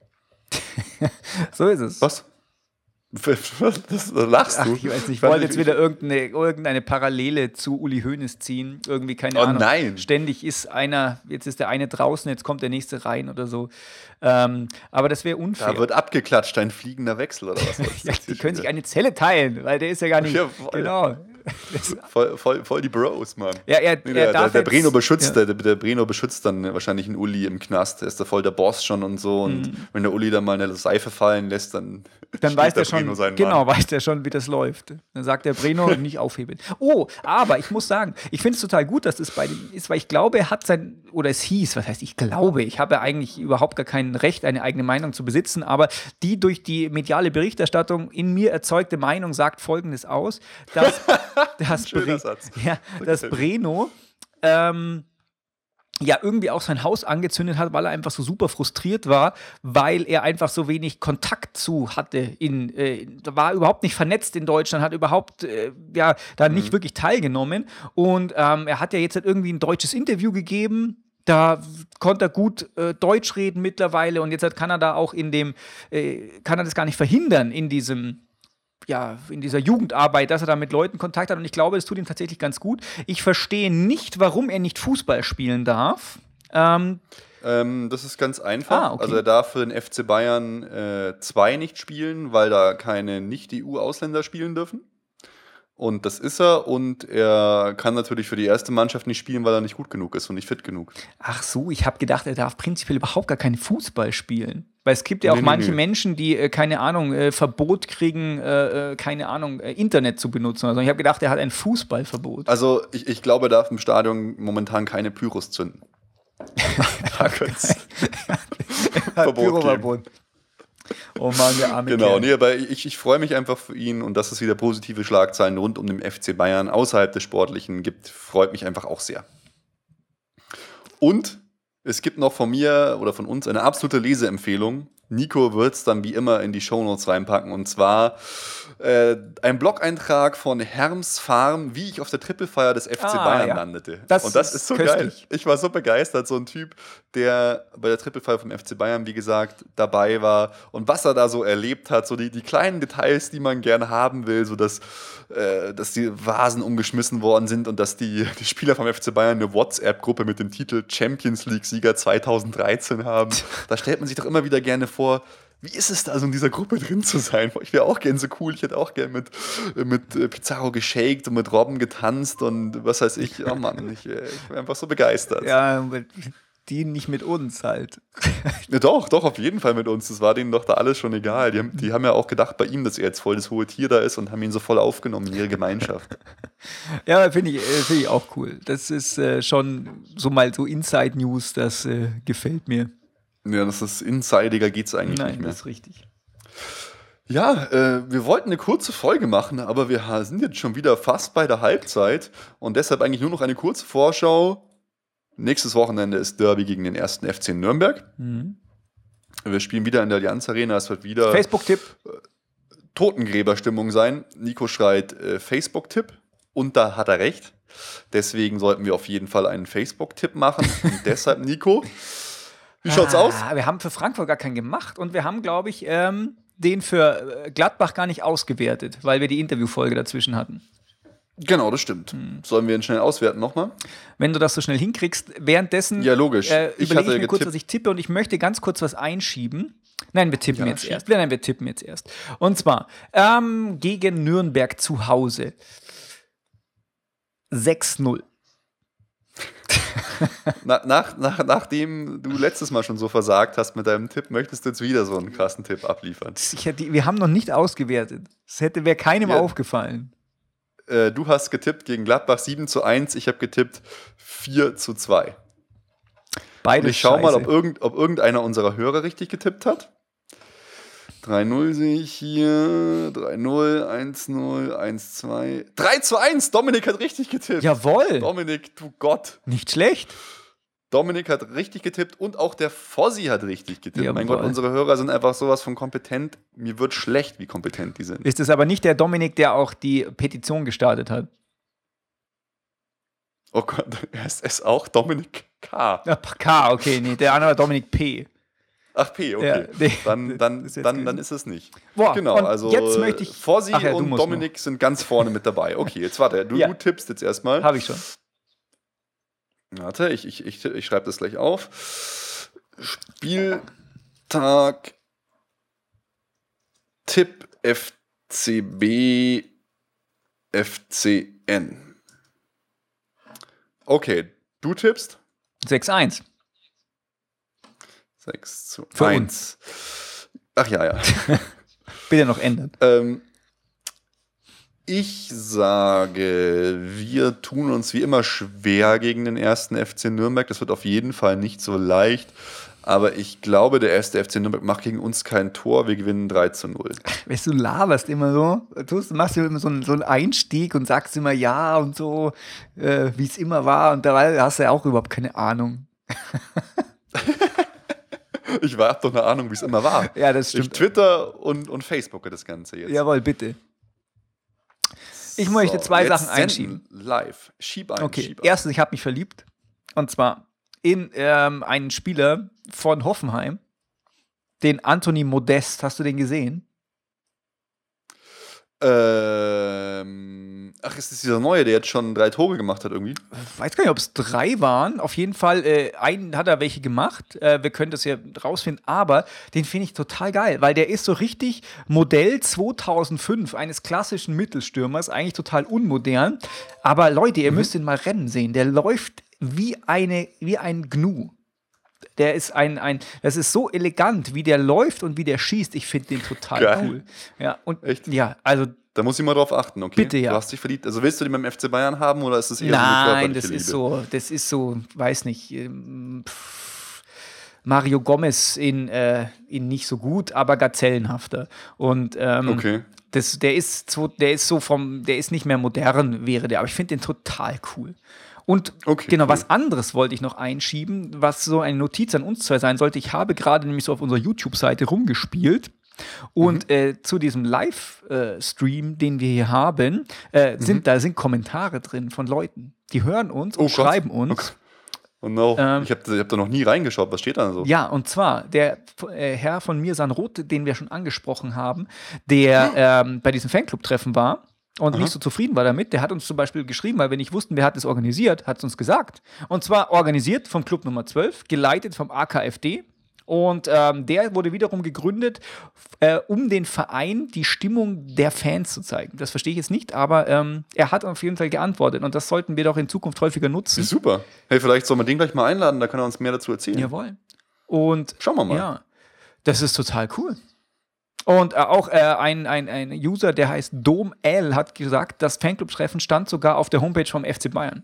B: So ist es.
C: Was? Das lachst du.
B: Ach, ich weiß nicht, ich wollte jetzt wieder irgendeine, irgendeine Parallele zu Uli Hoeneß ziehen. Irgendwie, keine
C: oh,
B: Ahnung.
C: Nein.
B: Ständig ist einer, jetzt ist der eine draußen, jetzt kommt der nächste rein oder so. Ähm, aber das wäre unfair.
C: Da wird abgeklatscht, ein fliegender Wechsel oder was?
B: Ja, die können sich eine Zelle teilen, weil der ist ja gar nicht.
C: Ja, voll.
B: Genau.
C: Voll, voll, voll die Bros, Mann.
B: Ja, er,
C: Nee,
B: er
C: der,
B: darf
C: der, der,
B: jetzt-
C: Breno beschützt,
B: ja.
C: der, der Breno beschützt dann wahrscheinlich einen Uli im Knast. Der ist da voll der Boss schon und so. Und
B: Mhm.
C: wenn der Uli dann mal eine Seife fallen lässt, dann,
B: Dann
C: steht
B: weiß der
C: der Breno
B: schon,
C: seinen
B: genau,
C: Mann.
B: weiß der schon, wie das läuft. Dann sagt der Breno, nicht aufheben. Oh, aber ich muss sagen, ich finde es total gut, dass das bei dem ist, weil ich glaube, er hat sein, oder es hieß, was heißt ich glaube, ich habe eigentlich überhaupt gar kein Recht, eine eigene Meinung zu besitzen, aber die durch die mediale Berichterstattung in mir erzeugte Meinung sagt Folgendes aus, dass, dass,
C: Schöner
B: Bre
C: Satz.
B: ja, dass Breno ähm, ja irgendwie auch sein Haus angezündet hat, weil er einfach so super frustriert war, weil er einfach so wenig Kontakt zu hatte. In, äh, war überhaupt nicht vernetzt in Deutschland, hat überhaupt äh, ja, da nicht
C: Mhm.
B: wirklich teilgenommen. Und ähm, er hat ja jetzt halt irgendwie ein deutsches Interview gegeben. Da konnte er gut äh, Deutsch reden mittlerweile und jetzt hat kann er da auch in dem, äh, kann er das gar nicht verhindern in diesem ja, in dieser Jugendarbeit, dass er da mit Leuten Kontakt hat und ich glaube, das tut ihm tatsächlich ganz gut. Ich verstehe nicht, warum er nicht Fußball spielen darf. Ähm,
C: Ähm, das ist ganz einfach.
B: Ah, okay.
C: Also er darf für den F C Bayern zwei äh, nicht spielen, weil da keine Nicht-E U-Ausländer spielen dürfen. Und das ist er. Und er kann natürlich für die erste Mannschaft nicht spielen, weil er nicht gut genug ist und nicht fit genug.
B: ach so, ich habe gedacht, er darf prinzipiell überhaupt gar keinen Fußball spielen. Weil es gibt ja auch
C: Nee, nee,
B: manche
C: nee.
B: Menschen, die, äh, keine Ahnung, äh, Verbot kriegen, äh, äh, keine Ahnung, äh, Internet zu benutzen. Also ich habe gedacht, er hat ein Fußballverbot.
C: Also ich, ich glaube, er darf im Stadion momentan keine Pyros zünden. Da könnte es Verbot geben.
B: Pyroverbot. Oh Mann, der arme
C: Genau,
B: Kerl.
C: nee, aber ich, ich freue mich einfach für ihn und dass es wieder positive Schlagzeilen rund um den F C Bayern außerhalb des Sportlichen gibt, freut mich einfach auch sehr. Und es gibt noch von mir oder von uns eine absolute Leseempfehlung. Nico wird es dann wie immer in die Shownotes reinpacken. Und zwar äh, ein Blog-Eintrag von Herms Farm, wie ich auf der Trippelfeier des F C
B: Ah,
C: Bayern
B: ja.
C: landete.
B: Das
C: und das
B: ist
C: ist so
B: köstlich.
C: geil. Ich war so begeistert. So ein Typ, der bei der Trippelfeier vom F C Bayern, wie gesagt, dabei war. Und was er da so erlebt hat. So die, die kleinen Details, die man gerne haben will. So dass, äh, dass die Vasen umgeschmissen worden sind und dass die, die Spieler vom F C Bayern eine WhatsApp-Gruppe mit dem Titel Champions League-Sieger zweitausenddreizehn haben. Da stellt man sich doch immer wieder gerne vor, wie ist es da, so in dieser Gruppe drin zu sein? Ich wäre auch gern so cool. Ich hätte auch gern mit, mit Pizarro geshaked und mit Robben getanzt und was weiß ich. Oh Mann, ich, ich bin einfach so begeistert.
B: Ja, die nicht mit uns halt.
C: Ja, doch, doch, auf jeden Fall mit uns. Das war denen doch da alles schon egal. Die haben, die haben ja auch gedacht bei ihm, dass er jetzt voll das hohe Tier da ist und haben ihn so voll aufgenommen in ihre Gemeinschaft.
B: Ja, finde ich, äh, find ich auch cool. Das ist äh, schon so mal so Inside-News, das äh, gefällt mir.
C: Ja, das ist insidiger, geht's eigentlich
B: Nein,
C: nicht mehr.
B: das ist richtig.
C: Ja, äh, wir wollten eine kurze Folge machen, aber wir ha- sind jetzt schon wieder fast bei der Halbzeit und deshalb eigentlich nur noch eine kurze Vorschau. Nächstes Wochenende ist Derby gegen den ersten F C Nürnberg.
B: Mhm.
C: Wir spielen wieder in der Allianz Arena. Es wird wieder
B: Facebook-Tipp.
C: Totengräberstimmung sein. Nico schreit äh, Facebook-Tipp und da hat er recht. Deswegen sollten wir auf jeden Fall einen Facebook-Tipp machen. Und deshalb, Nico, wie schaut's
B: ah,
C: aus?
B: Wir haben für Frankfurt gar keinen gemacht und wir haben, glaube ich, ähm, den für äh, Gladbach gar nicht ausgewertet, weil wir die Interviewfolge dazwischen hatten.
C: Genau, das stimmt. Sollen wir ihn schnell auswerten nochmal?
B: Wenn du das so schnell hinkriegst, währenddessen
C: Ja, logisch.
B: äh,
C: Ich
B: überlege
C: hatte
B: ich mir kurz,
C: getippt.
B: was ich tippe und ich möchte ganz kurz was einschieben. Nein, wir tippen
C: Ja,
B: jetzt
C: schieb.
B: erst. Nein, wir tippen jetzt erst. Und zwar ähm, gegen Nürnberg zu Hause. sechs null.
C: Na, nach, nach, nachdem du letztes Mal schon so versagt hast mit deinem Tipp, möchtest du jetzt wieder so einen krassen Tipp abliefern.
B: Ich hätte, wir haben noch nicht ausgewertet. Das hätte wäre keinem
C: Ja.
B: aufgefallen.
C: Äh, du hast getippt gegen Gladbach sieben zu eins, ich habe getippt vier zu zwei.
B: Beide
C: Und ich schau mal,
B: scheiße.
C: ob, irgend, ob irgendeiner unserer Hörer richtig getippt hat. drei null sehe ich hier. drei null, eins null, eins zwei. drei zu eins, Dominik hat richtig getippt.
B: Jawohl,
C: Dominik, du Gott.
B: nicht schlecht.
C: Dominik hat richtig getippt und auch der Fossi hat richtig getippt.
B: Jawohl.
C: Mein Gott, unsere Hörer sind einfach sowas von kompetent. Mir wird schlecht, wie kompetent die sind.
B: Ist es aber nicht der Dominik, der auch die Petition gestartet hat?
C: Oh Gott, er ist, ist auch Dominik K.
B: Ja, K, okay, nee, der andere war Dominik P.
C: Ach, P, okay.
B: Ja, nee,
C: dann, dann,
B: das ist jetzt
C: dann,
B: gewesen.
C: dann ist es nicht.
B: Boah,
C: Genau,
B: und
C: also
B: jetzt möchte ich-
C: Fossi
B: Ach ja, du
C: und
B: musst
C: Dominik sind ganz vorne mit dabei. Okay, jetzt warte, du,
B: Ja.
C: du tippst jetzt erstmal.
B: Habe ich schon.
C: Warte, ich, ich, ich, ich schreibe das gleich auf. Spieltag Tipp F C B F C N. Okay, du tippst
B: sechs eins.
C: sechs zu
B: Für
C: eins. Ach ja, ja.
B: Bitte noch ändern.
C: ähm, ich sage, wir tun uns wie immer schwer gegen den ersten F C Nürnberg. Das wird auf jeden Fall nicht so leicht. Aber ich glaube, der erste F C Nürnberg macht gegen uns kein Tor. Wir gewinnen drei zu null.
B: Weißt du, laberst immer so, tust, machst du immer so einen, so einen Einstieg und sagst immer ja und so, äh, wie es immer war. Und dabei hast du ja auch überhaupt keine Ahnung.
C: Ich habe doch eine Ahnung, wie es immer war.
B: Ja, das
C: Ich
B: stimmt.
C: Twitter und, und Facebooke das Ganze jetzt.
B: Jawohl, bitte. Ich möchte zwei
C: jetzt
B: Sachen einschieben.
C: senden Live. Schieb ein,
B: Okay,
C: schieb ein.
B: erstens, ich habe mich verliebt. Und zwar in ähm, einen Spieler von Hoffenheim, den Anthony Modest. Hast du den gesehen?
C: Ähm, ach, ist das dieser Neue, der jetzt schon drei Tore gemacht hat irgendwie?
B: Ich weiß gar nicht, ob es drei waren. Auf jeden Fall, äh, einen hat er welche gemacht. Äh, wir können das ja rausfinden. Aber den finde ich total geil, weil der ist so richtig Modell zweitausendfünf eines klassischen Mittelstürmers. Eigentlich total unmodern. Aber Leute, ihr müsst ihn mal rennen sehen. Der läuft wie, eine, wie ein Gnu. Der ist ein, ein, das ist so elegant, wie der läuft und wie der schießt. Ich finde den total
C: Geil.
B: cool. Ja, und
C: Echt?
B: ja, also
C: Da muss ich mal drauf achten, okay?
B: Bitte, ja.
C: Du hast dich verliebt. Also willst du den beim F C Bayern haben oder ist das eher so eine
B: nein,
C: körperliche
B: das
C: Liebe?
B: ist so, das ist so, weiß nicht, ähm, pff, Mario Gomez in, äh, in nicht so gut, aber gazellenhafter. Und ähm,
C: Okay.
B: das, der ist so, der ist so vom, der ist nicht mehr modern, wäre der, aber ich finde den total cool. Und
C: Okay,
B: genau,
C: cool.
B: was anderes wollte ich noch einschieben, was so eine Notiz an uns zwei sein sollte. Ich habe gerade nämlich so auf unserer YouTube-Seite rumgespielt. Und
C: Mhm.
B: äh, zu diesem Livestream, den wir hier haben, äh, sind,
C: Mhm.
B: da sind Kommentare drin von Leuten. Die hören uns
C: Oh
B: und
C: Gott.
B: schreiben uns.
C: Okay. Oh no,
B: Ähm,
C: ich habe hab da noch nie reingeschaut. Was steht da so?
B: Ja, und zwar der äh, Herr von Mirsan Roth, den wir schon angesprochen haben, der ähm, bei diesem Fanclub-Treffen war und
C: Aha.
B: nicht so zufrieden war damit, der hat uns zum Beispiel geschrieben, weil wir nicht wussten, wer hat es organisiert, hat es uns gesagt. Und zwar organisiert vom Club Nummer zwölf, geleitet vom A K F D. Und ähm, der wurde wiederum gegründet, äh, um den Verein die Stimmung der Fans zu zeigen. Das verstehe ich jetzt nicht, aber ähm, er hat auf jeden Fall geantwortet. Und das sollten wir doch in Zukunft häufiger nutzen.
C: Super. Hey, vielleicht sollen wir den gleich mal einladen, da kann er uns mehr dazu erzählen.
B: Jawohl. Und
C: Schauen wir mal.
B: ja, das ist total cool. Und äh, auch äh, ein, ein, ein User, der heißt Dom L, hat gesagt, das Fanclub-Treffen stand sogar auf der Homepage vom F C Bayern.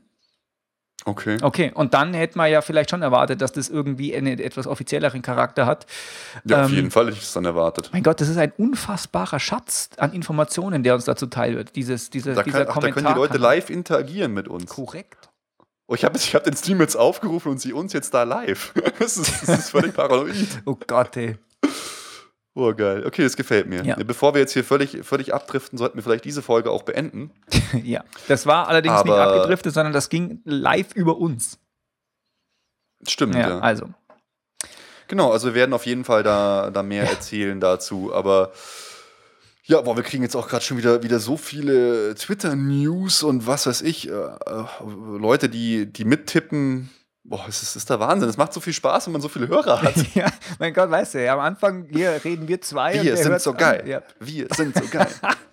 C: Okay.
B: Okay, und dann hätte man ja vielleicht schon erwartet, dass das irgendwie einen etwas offizielleren Charakter hat.
C: Ja, auf
B: Ähm,
C: jeden Fall hätte ich es dann erwartet.
B: Mein Gott, das ist ein unfassbarer Schatz an Informationen, der uns dazu teil wird. Dieses, diese,
C: Da,
B: dieser
C: kann, ach, da
B: Kommentar.
C: können die Leute live interagieren mit uns.
B: Korrekt.
C: Oh, ich habe ich hab den Stream jetzt aufgerufen und sehe uns jetzt da live. Das ist, das ist völlig paranoid.
B: Oh Gott, ey.
C: Oh, geil. Okay, das gefällt mir.
B: Ja.
C: Bevor wir jetzt hier völlig, völlig abdriften, sollten wir vielleicht diese Folge auch beenden.
B: Ja, das war allerdings nicht
C: Aber-
B: abgedriftet, sondern das ging live über uns.
C: Stimmt,
B: Ja,
C: ja.
B: also.
C: Genau, also wir werden auf jeden Fall da, da mehr erzählen dazu. Aber ja, boah, wir kriegen jetzt auch gerade schon wieder, wieder so viele Twitter-News und was weiß ich. Äh, äh, Leute, die, die mittippen. Boah, es ist, ist der Wahnsinn. Es macht so viel Spaß, wenn man so viele Hörer hat.
B: Ja, mein Gott, weißt du, ja, am Anfang hier reden wir zwei. und
C: Wir
B: der
C: sind
B: hört
C: so
B: an.
C: geil.
B: Ja.
C: Wir sind so geil.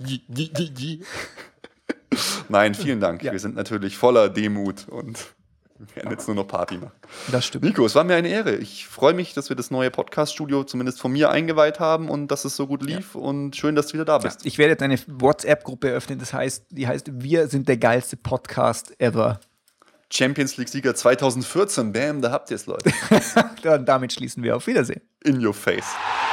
C: Nein, vielen Dank.
B: Ja.
C: Wir sind natürlich voller Demut und werden jetzt nur noch Party machen.
B: Das stimmt.
C: Nico, es war mir eine Ehre. Ich freue mich, dass wir das neue Podcast-Studio zumindest von mir eingeweiht haben und dass es so gut lief. Und schön, dass du wieder da
B: Ja,
C: bist.
B: ich werde jetzt eine WhatsApp-Gruppe eröffnen, das heißt, die heißt Wir sind der geilste Podcast ever.
C: Champions League-Sieger zwanzig vierzehn. Bam, da habt ihr es, Leute.
B: Und damit schließen wir auf Wiedersehen.
C: In your face.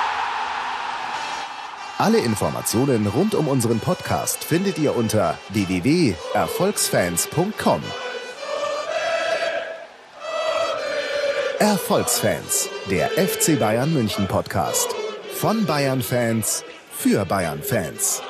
A: Alle Informationen rund um unseren Podcast findet ihr unter w w w punkt erfolgsfans punkt com. Erfolgsfans, der F C Bayern München Podcast. Von Bayern Fans für Bayern Fans.